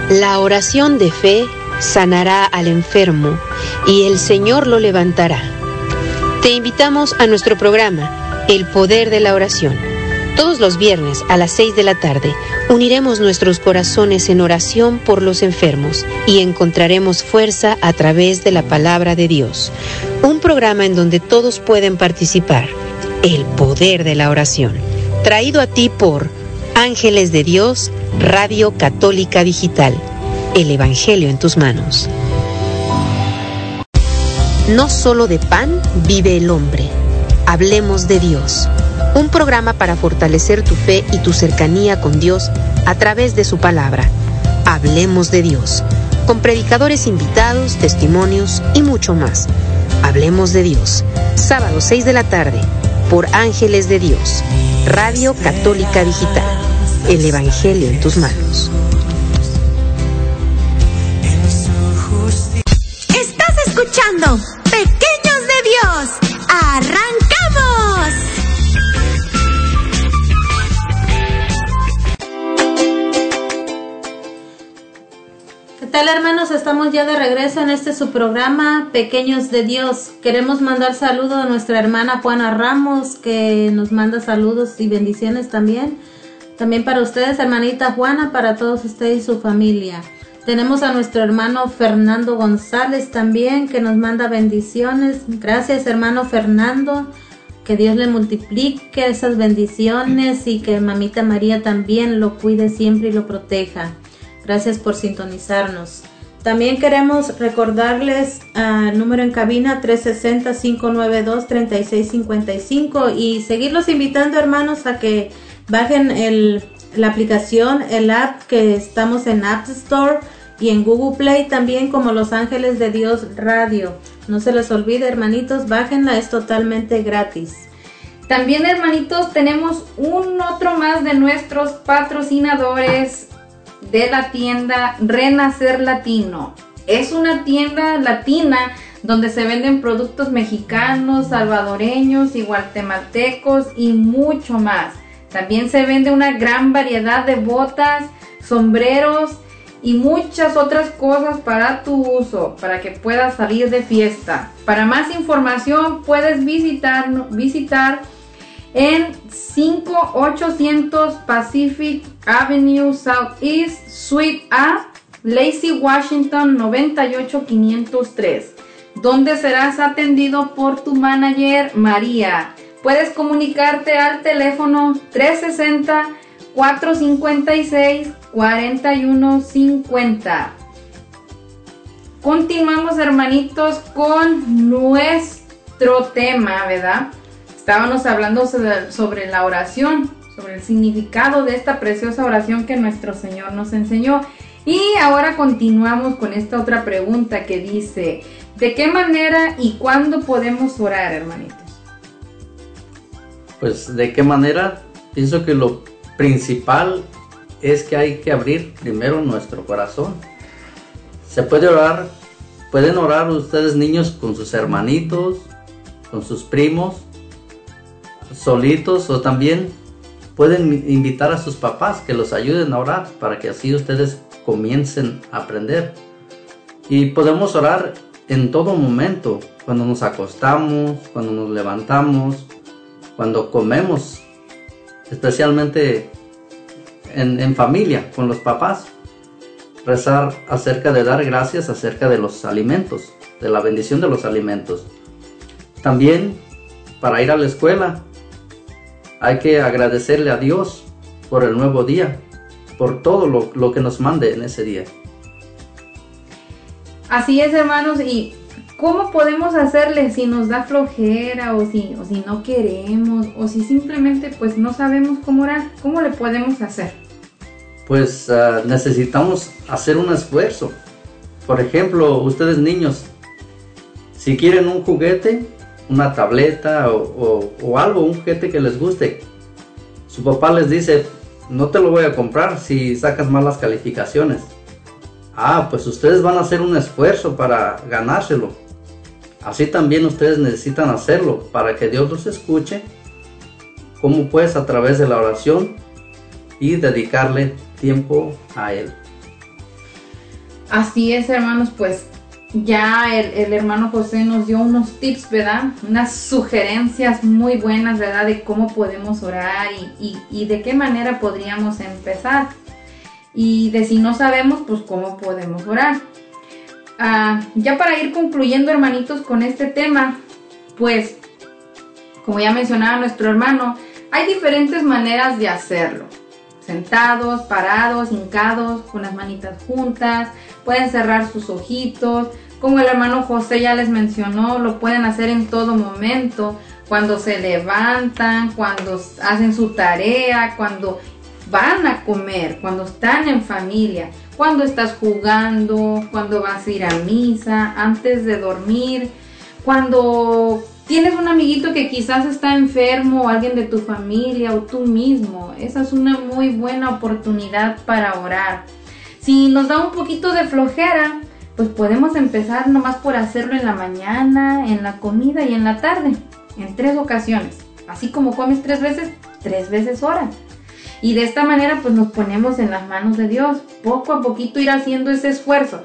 La oración de fe sanará al enfermo y el Señor lo levantará. Te invitamos a nuestro programa, El Poder de la Oración. Todos los viernes a las 6 de la tarde uniremos nuestros corazones en oración por los enfermos y encontraremos fuerza a través de la palabra de Dios. Un programa en donde todos pueden participar. El Poder de la Oración. Traído a ti por Ángeles de Dios, Radio Católica Digital. El Evangelio en tus manos. No solo de pan vive el hombre. Hablemos de Dios. Un programa para fortalecer tu fe y tu cercanía con Dios a través de su palabra. Hablemos de Dios, con predicadores invitados, testimonios y mucho más. Hablemos de Dios, sábado 6 de la tarde, por Ángeles de Dios, Radio Católica Digital. El Evangelio en tus manos. Estás escuchando Pequeños de Dios. ¡Arrancamos! ¿Qué tal, hermanos? Estamos ya de regreso en su programa Pequeños de Dios. Queremos mandar saludos a nuestra hermana Juana Ramos, que nos manda saludos y bendiciones también. También para ustedes, hermanita Juana, para todos ustedes y su familia. Tenemos a nuestro hermano Fernando González también, que nos manda bendiciones. Gracias, hermano Fernando. Que Dios le multiplique esas bendiciones y que mamita María también lo cuide siempre y lo proteja. Gracias por sintonizarnos. También queremos recordarles el número en cabina 360-592-3655 y seguirlos invitando, hermanos, a que bajen la aplicación, el app, que estamos en App Store y en Google Play también, como Los Ángeles de Dios Radio. No se les olvide, hermanitos, bájenla, es totalmente gratis. También, hermanitos, tenemos otro más de nuestros patrocinadores de la tienda Renacer Latino. Es una tienda latina donde se venden productos mexicanos, salvadoreños y guatemaltecos y mucho más. También se vende una gran variedad de botas, sombreros y muchas otras cosas para tu uso, para que puedas salir de fiesta. Para más información puedes visitar en 5800 Pacific Avenue Southeast, Suite A, Lacey, Washington 98503, donde serás atendido por tu manager María. Puedes comunicarte al teléfono 360-456-4150. Continuamos, hermanitos, con nuestro tema, ¿verdad? Estábamos hablando sobre la oración, sobre el significado de esta preciosa oración que nuestro Señor nos enseñó. Y ahora continuamos con esta otra pregunta que dice: ¿de qué manera y cuándo podemos orar, hermanitos? Pues, ¿de qué manera? Pienso que lo principal es que hay que abrir primero nuestro corazón. Se puede orar, pueden orar ustedes, niños, con sus hermanitos, con sus primos, solitos, o también pueden invitar a sus papás que los ayuden a orar para que así ustedes comiencen a aprender. Y podemos orar en todo momento, cuando nos acostamos, cuando nos levantamos, cuando comemos, especialmente en familia, con los papás. Rezar acerca de dar gracias acerca de los alimentos, de la bendición de los alimentos. También para ir a la escuela hay que agradecerle a Dios por el nuevo día, por todo lo que nos mande en ese día. Así es, hermanos. ¿Y cómo podemos hacerle si nos da flojera o si no queremos o si simplemente pues no sabemos cómo orar? ¿Cómo le podemos hacer? Pues necesitamos hacer un esfuerzo. Por ejemplo, ustedes, niños, si quieren un juguete, una tableta o algo, un juguete que les guste, su papá les dice: no te lo voy a comprar si sacas malas calificaciones. Pues ustedes van a hacer un esfuerzo para ganárselo. Así también ustedes necesitan hacerlo para que Dios los escuche. ¿Cómo? Pues a través de la oración y dedicarle tiempo a Él. Así es, hermanos, pues ya el hermano José nos dio unos tips, ¿verdad? Unas sugerencias muy buenas, ¿verdad? De cómo podemos orar y de qué manera podríamos empezar. Y de si no sabemos, pues cómo podemos orar. Ya para ir concluyendo, hermanitos, con este tema, pues como ya mencionaba nuestro hermano, hay diferentes maneras de hacerlo. Sentados, parados, hincados, con las manitas juntas, pueden cerrar sus ojitos. Como el hermano José ya les mencionó, lo pueden hacer en todo momento, cuando se levantan, cuando hacen su tarea, cuando van a comer, cuando están en familia, cuando estás jugando, cuando vas a ir a misa, antes de dormir, cuando tienes un amiguito que quizás está enfermo, o alguien de tu familia o tú mismo. Esa es una muy buena oportunidad para orar. Si nos da un poquito de flojera, pues podemos empezar nomás por hacerlo en la mañana, en la comida y en la tarde, en 3 ocasiones. Así como comes 3 veces ora. Y de esta manera pues nos ponemos en las manos de Dios. Poco a poquito ir haciendo ese esfuerzo.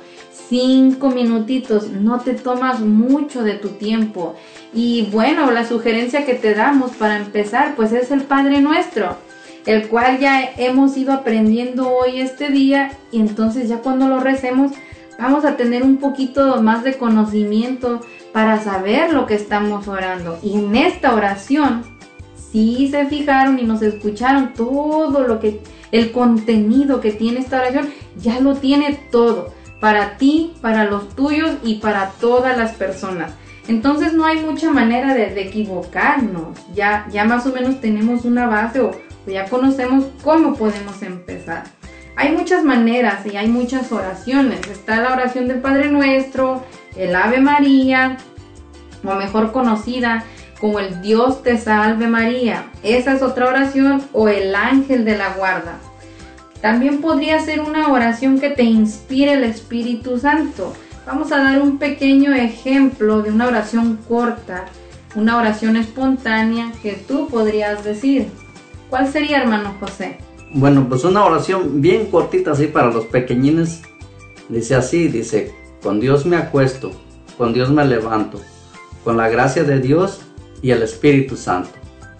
5 minutitos, no te tomas mucho de tu tiempo. Y bueno, la sugerencia que te damos para empezar pues es el Padre Nuestro, el cual ya hemos ido aprendiendo hoy este día, y entonces ya cuando lo recemos vamos a tener un poquito más de conocimiento para saber lo que estamos orando. Y en esta oración, si se fijaron y nos escucharon, todo lo que, el contenido que tiene esta oración, ya lo tiene todo, para ti, para los tuyos y para todas las personas. Entonces no hay mucha manera de equivocarnos, ya más o menos tenemos una base o ya conocemos cómo podemos empezar. Hay muchas maneras y hay muchas oraciones. Está la oración del Padre Nuestro, el Ave María, o mejor conocida como el Dios te salve María. Esa es otra oración, o el Ángel de la Guarda. También podría ser una oración que te inspire el Espíritu Santo. Vamos a dar un pequeño ejemplo de una oración corta, una oración espontánea que tú podrías decir. ¿Cuál sería, hermano José? Bueno, pues una oración bien cortita así para los pequeñines. Dice así, dice: con Dios me acuesto, con Dios me levanto, con la gracia de Dios y el Espíritu Santo.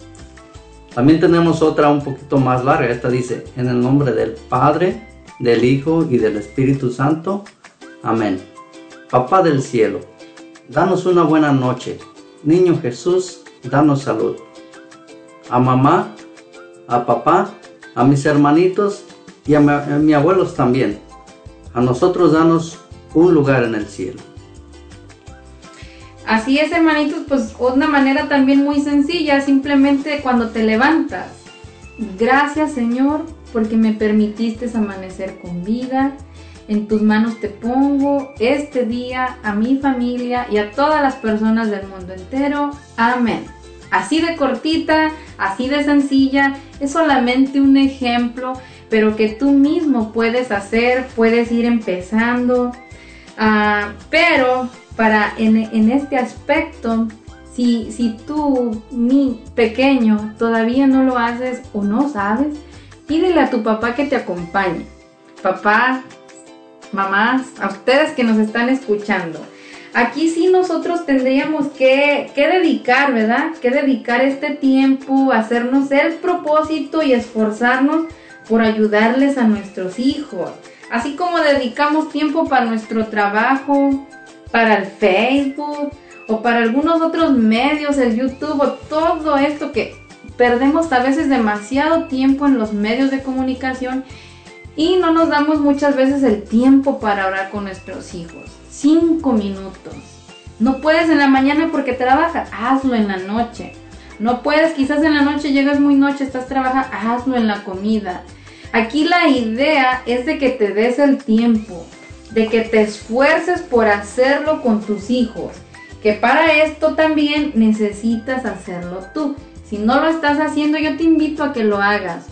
También tenemos otra un poquito más larga. Esta dice: en el nombre del Padre, del Hijo y del Espíritu Santo. Amén. Papá del cielo, danos una buena noche. Niño Jesús, danos salud. A mamá, a papá, a mis hermanitos y a mis abuelos también. A nosotros danos un lugar en el cielo. Así es, hermanitos, pues una manera también muy sencilla, simplemente cuando te levantas. Gracias, Señor, porque me permitiste amanecer con vida. En tus manos te pongo este día, a mi familia y a todas las personas del mundo entero. Amén. Así de cortita, así de sencilla, es solamente un ejemplo, pero que tú mismo puedes hacer, puedes ir empezando. Pero en este aspecto, si tú, mi pequeño, todavía no lo haces o no sabes, pídele a tu papá que te acompañe. Papá, mamás, a ustedes que nos están escuchando, aquí sí nosotros tendríamos que dedicar, ¿verdad? Que dedicar este tiempo, hacernos el propósito y esforzarnos por ayudarles a nuestros hijos. Así como dedicamos tiempo para nuestro trabajo, para el Facebook o para algunos otros medios, el YouTube o todo esto que perdemos a veces demasiado tiempo en los medios de comunicación y no nos damos muchas veces el tiempo para orar con nuestros hijos. 5 minutos. No puedes en la mañana porque trabajas, hazlo en la noche. No puedes, quizás en la noche llegas muy noche, estás trabajando, hazlo en la comida. Aquí la idea es de que te des el tiempo, de que te esfuerces por hacerlo con tus hijos, que para esto también necesitas hacerlo tú. Si no lo estás haciendo, yo te invito a que lo hagas,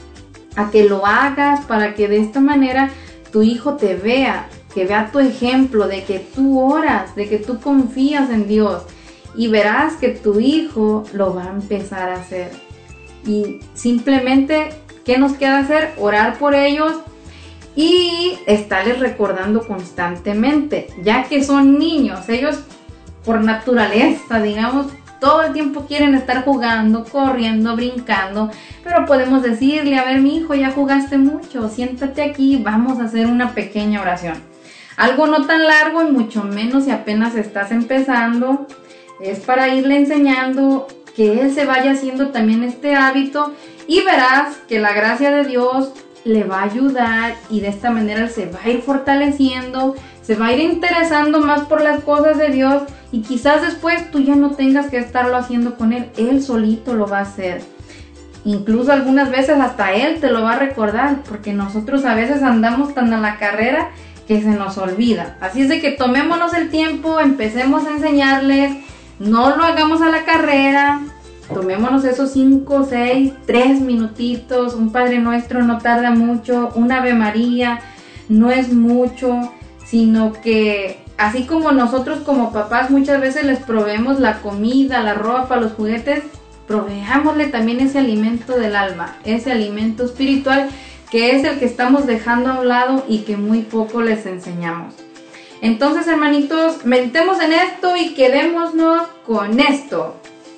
para que de esta manera tu hijo te vea, que vea tu ejemplo de que tú oras, de que tú confías en Dios, y verás que tu hijo lo va a empezar a hacer. Y simplemente, ¿qué nos queda hacer? Orar por ellos y estarles recordando constantemente, ya que son niños, ellos por naturaleza, digamos, todo el tiempo quieren estar jugando, corriendo, brincando, pero podemos decirle, a ver, mi hijo, ya jugaste mucho, siéntate aquí, vamos a hacer una pequeña oración. Algo no tan largo y mucho menos si apenas estás empezando, es para irle enseñando que él se vaya haciendo también este hábito y verás que la gracia de Dios le va a ayudar y de esta manera él se va a ir fortaleciendo, se va a ir interesando más por las cosas de Dios y quizás después tú ya no tengas que estarlo haciendo con él solito lo va a hacer. Incluso algunas veces hasta él te lo va a recordar, porque nosotros a veces andamos tan a la carrera que se nos olvida. Así es de que tomémonos el tiempo, empecemos a enseñarles, no lo hagamos a la carrera, tomémonos esos 5, 6, 3 minutitos, un Padre Nuestro no tarda mucho, un Ave María no es mucho, sino que así como nosotros como papás muchas veces les proveemos la comida, la ropa, los juguetes, proveámosle también ese alimento del alma, ese alimento espiritual que es el que estamos dejando a un lado y que muy poco les enseñamos. Entonces, hermanitos, meditemos en esto y quedémonos con esto.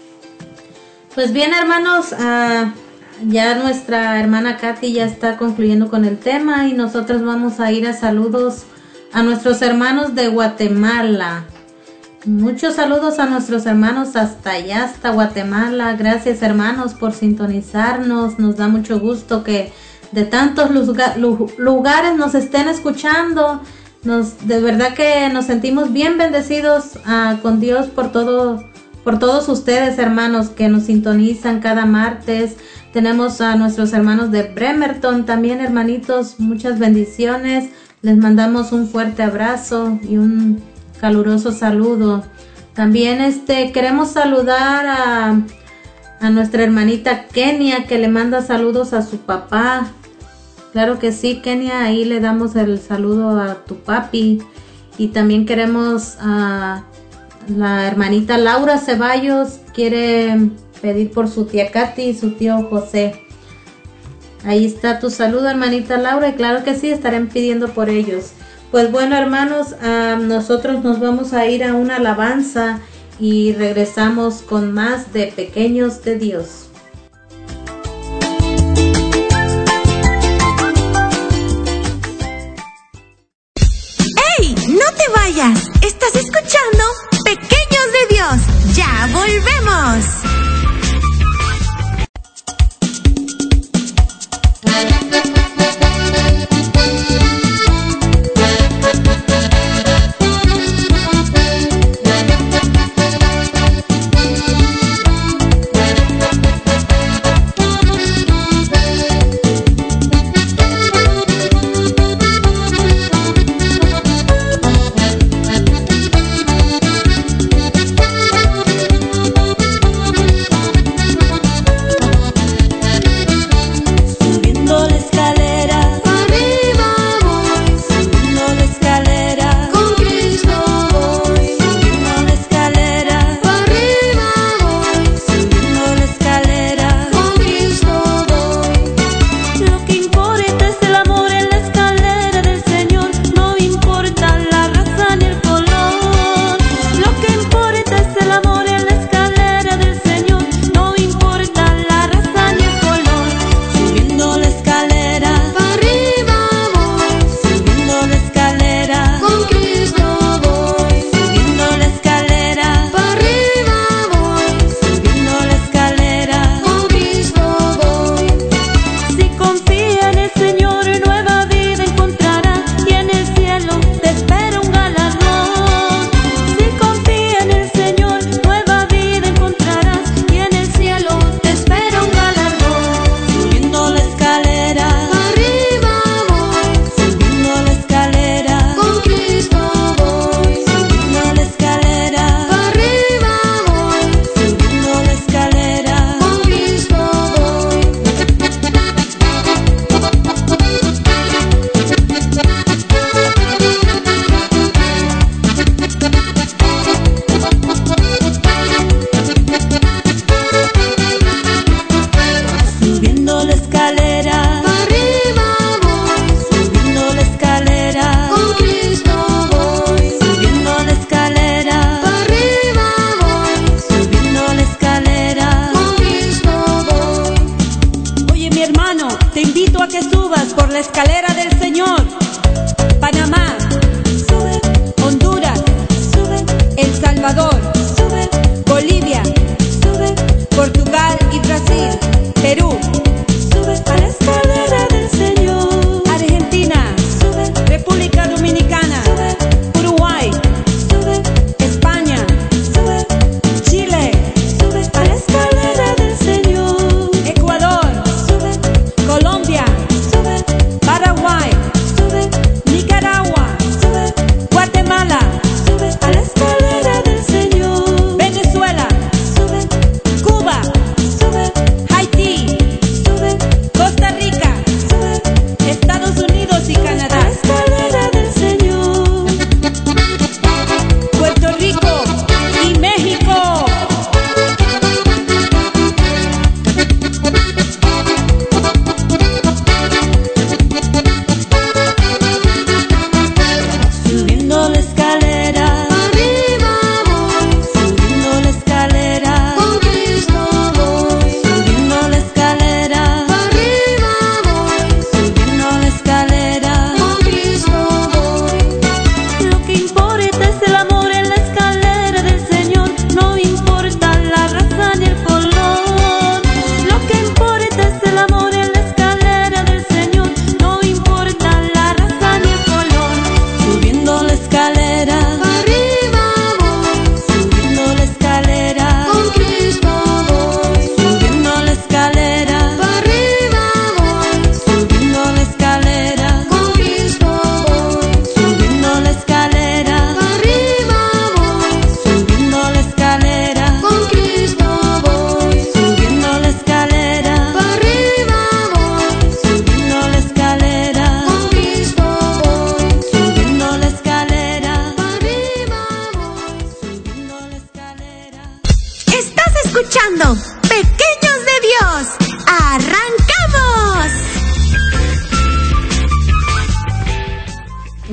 Pues bien, hermanos, ya nuestra hermana Katy ya está concluyendo con el tema y nosotros vamos a ir a saludos a nuestros hermanos de Guatemala. Muchos saludos a nuestros hermanos hasta allá, hasta Guatemala. Gracias, hermanos, por sintonizarnos. Nos da mucho gusto que de tantos lugares nos estén escuchando. De verdad que nos sentimos bien bendecidos con Dios por todos ustedes, hermanos, que nos sintonizan cada martes. Tenemos a nuestros hermanos de Bremerton también, hermanitos, muchas bendiciones. Les mandamos un fuerte abrazo y un caluroso saludo. También queremos saludar a nuestra hermanita Kenia, que le manda saludos a su papá. Claro que sí, Kenia, ahí le damos el saludo a tu papi. Y también queremos a la hermanita Laura Ceballos, quiere pedir por su tía Katy y su tío José. Ahí está tu saludo, hermanita Laura, y claro que sí, estarán pidiendo por ellos. Pues bueno, hermanos, nosotros nos vamos a ir a una alabanza y regresamos con más de Pequeños de Dios. Estás escuchando Pequeños de Dios. Ya volvemos.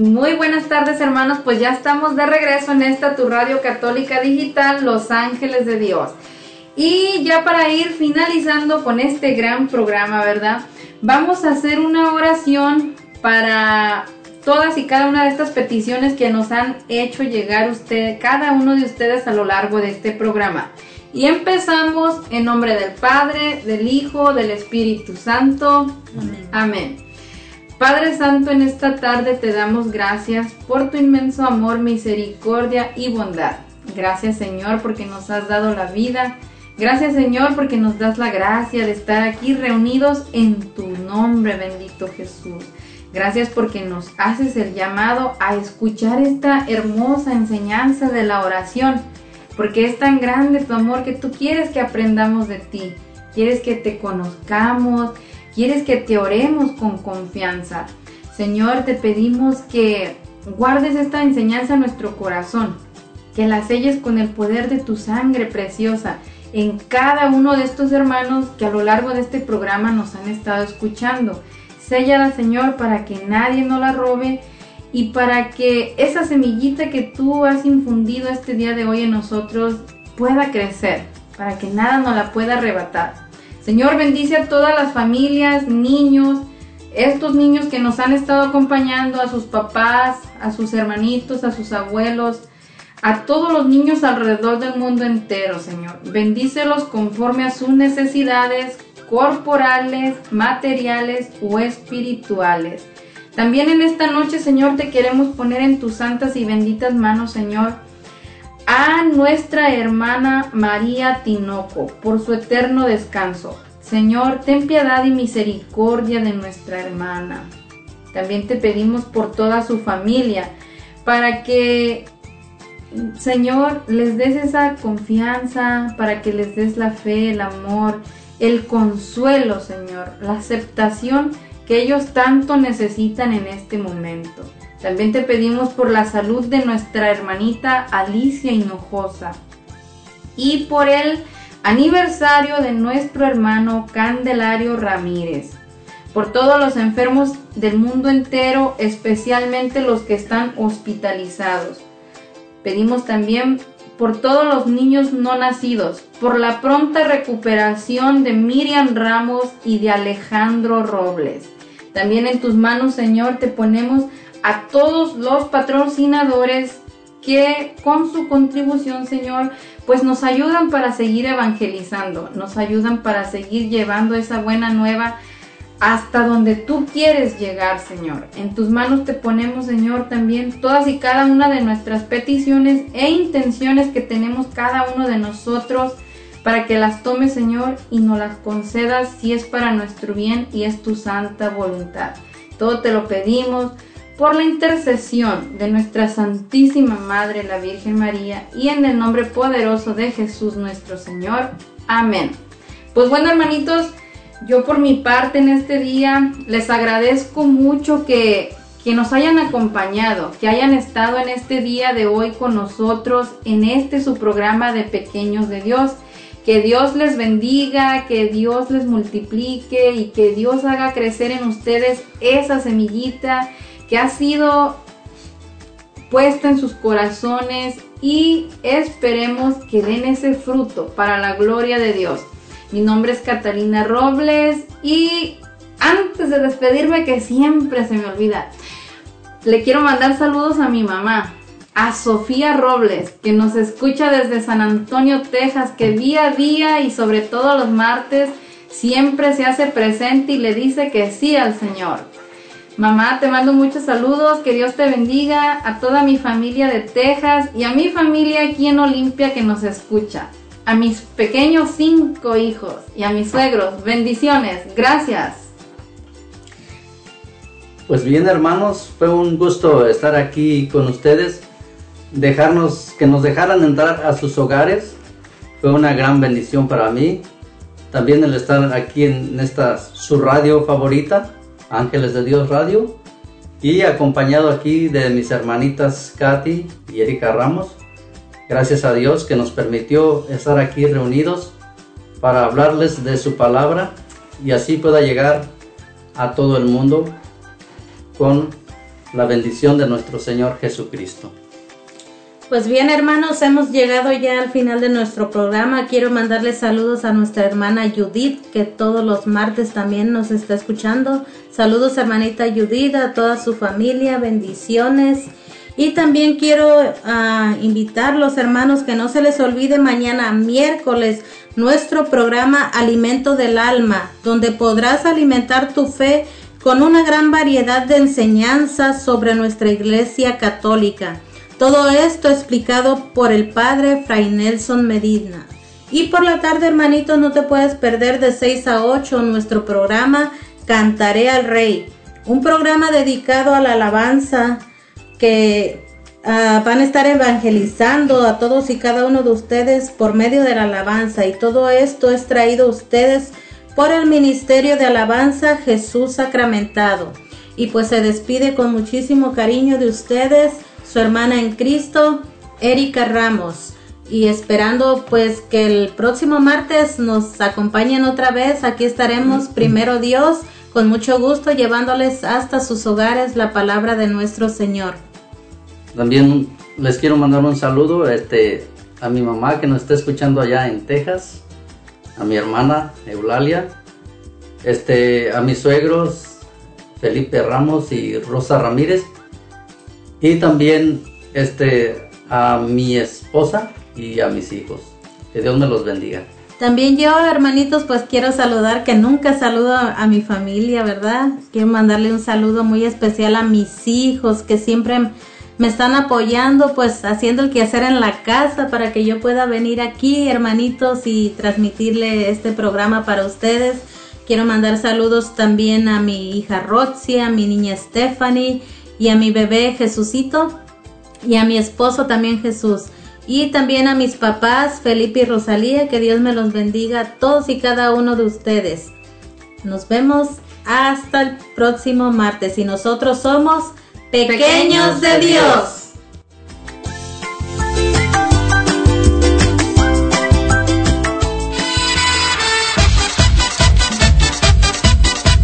Muy buenas tardes, hermanos, pues ya estamos de regreso en esta tu radio católica digital, Los Ángeles de Dios. Y ya para ir finalizando con este gran programa, ¿verdad? Vamos a hacer una oración para todas y cada una de estas peticiones que nos han hecho llegar cada uno de ustedes a lo largo de este programa. Y empezamos en nombre del Padre, del Hijo, del Espíritu Santo. Amén. Amén. Padre Santo, en esta tarde te damos gracias por tu inmenso amor, misericordia y bondad. Gracias, Señor, porque nos has dado la vida. Gracias, Señor, porque nos das la gracia de estar aquí reunidos en tu nombre, bendito Jesús. Gracias porque nos haces el llamado a escuchar esta hermosa enseñanza de la oración, porque es tan grande tu amor que tú quieres que aprendamos de ti, quieres que te conozcamos, quieres que te oremos con confianza. Señor, te pedimos que guardes esta enseñanza en nuestro corazón, que la selles con el poder de tu sangre preciosa en cada uno de estos hermanos que a lo largo de este programa nos han estado escuchando. Séllala, Señor, para que nadie nos la robe y para que esa semillita que tú has infundido este día de hoy en nosotros pueda crecer, para que nada nos la pueda arrebatar. Señor, bendice a todas las familias, niños, estos niños que nos han estado acompañando, a sus papás, a sus hermanitos, a sus abuelos, a todos los niños alrededor del mundo entero, Señor. Bendícelos conforme a sus necesidades corporales, materiales o espirituales. También en esta noche, Señor, te queremos poner en tus santas y benditas manos, Señor, a nuestra hermana María Tinoco por su eterno descanso. Señor, ten piedad y misericordia de nuestra hermana. También te pedimos por toda su familia, para que, Señor, les des esa confianza, para que les des la fe, el amor, el consuelo, Señor, la aceptación que ellos tanto necesitan en este momento. También te pedimos por la salud de nuestra hermanita Alicia Hinojosa y por el aniversario de nuestro hermano Candelario Ramírez, por todos los enfermos del mundo entero, especialmente los que están hospitalizados. Pedimos también por todos los niños no nacidos, por la pronta recuperación de Miriam Ramos y de Alejandro Robles. También en tus manos, Señor, te ponemos a todos los patrocinadores que con su contribución, Señor, pues nos ayudan para seguir evangelizando, nos ayudan para seguir llevando esa buena nueva hasta donde tú quieres llegar, Señor. En tus manos te ponemos, Señor, también todas y cada una de nuestras peticiones e intenciones que tenemos cada uno de nosotros, para que las tomes, Señor, y nos las concedas si es para nuestro bien y es tu santa voluntad. Todo te lo pedimos por la intercesión de nuestra Santísima Madre, la Virgen María, y en el nombre poderoso de Jesús nuestro Señor. Amén. Pues bueno, hermanitos, yo por mi parte en este día les agradezco mucho que nos hayan acompañado, que hayan estado en este día de hoy con nosotros en su programa de Pequeños de Dios. Que Dios les bendiga, que Dios les multiplique y que Dios haga crecer en ustedes esa semillita que ha sido puesta en sus corazones, y esperemos que den ese fruto para la gloria de Dios. Mi nombre es Catalina Robles y antes de despedirme, que siempre se me olvida, le quiero mandar saludos a mi mamá, a Sofía Robles, que nos escucha desde San Antonio, Texas, que día a día y sobre todo los martes siempre se hace presente y le dice que sí al Señor. Mamá, te mando muchos saludos, que Dios te bendiga, a toda mi familia de Texas y a mi familia aquí en Olimpia que nos escucha, a mis pequeños 5 hijos y a mis suegros. Bendiciones, gracias. Pues bien, hermanos, fue un gusto estar aquí con ustedes. Que nos dejaran entrar a sus hogares fue una gran bendición para mí. También el estar aquí en su radio favorita, Ángeles de Dios Radio, y acompañado aquí de mis hermanitas Katy y Erika Ramos. Gracias a Dios que nos permitió estar aquí reunidos para hablarles de su palabra y así pueda llegar a todo el mundo con la bendición de nuestro Señor Jesucristo. Pues bien, hermanos, hemos llegado ya al final de nuestro programa. Quiero mandarles saludos a nuestra hermana Judith, que todos los martes también nos está escuchando. Saludos, hermanita Judith, a toda su familia, bendiciones. Y también quiero invitarlos, hermanos, que no se les olvide mañana miércoles nuestro programa Alimento del Alma, donde podrás alimentar tu fe con una gran variedad de enseñanzas sobre nuestra Iglesia Católica. Todo esto explicado por el Padre Fray Nelson Medina. Y por la tarde, hermanitos, no te puedes perder de 6 a 8 nuestro programa Cantaré al Rey, un programa dedicado a la alabanza que van a estar evangelizando a todos y cada uno de ustedes por medio de la alabanza, y todo esto es traído a ustedes por el Ministerio de Alabanza Jesús Sacramentado. Y pues se despide con muchísimo cariño de ustedes su hermana en Cristo, Erika Ramos, y esperando pues que el próximo martes nos acompañen otra vez. Aquí estaremos, primero Dios, con mucho gusto llevándoles hasta sus hogares la palabra de nuestro Señor. También les quiero mandar un saludo a mi mamá que nos está escuchando allá en Texas, a mi hermana Eulalia, a mis suegros Felipe Ramos y Rosa Ramírez, y también a mi esposa y a mis hijos. Que Dios me los bendiga. También yo, hermanitos, pues quiero saludar, que nunca saludo a mi familia, ¿verdad? Quiero mandarle un saludo muy especial a mis hijos, que siempre me están apoyando, pues haciendo el quehacer en la casa para que yo pueda venir aquí, hermanitos, y transmitirle este programa para ustedes. Quiero mandar saludos también a mi hija Roxy, a mi niña Stephanie, y a mi bebé Jesucito, y a mi esposo también Jesús, y también a mis papás Felipe y Rosalía. Que Dios me los bendiga a todos y cada uno de ustedes. Nos vemos hasta el próximo martes, y nosotros somos Pequeños de Dios.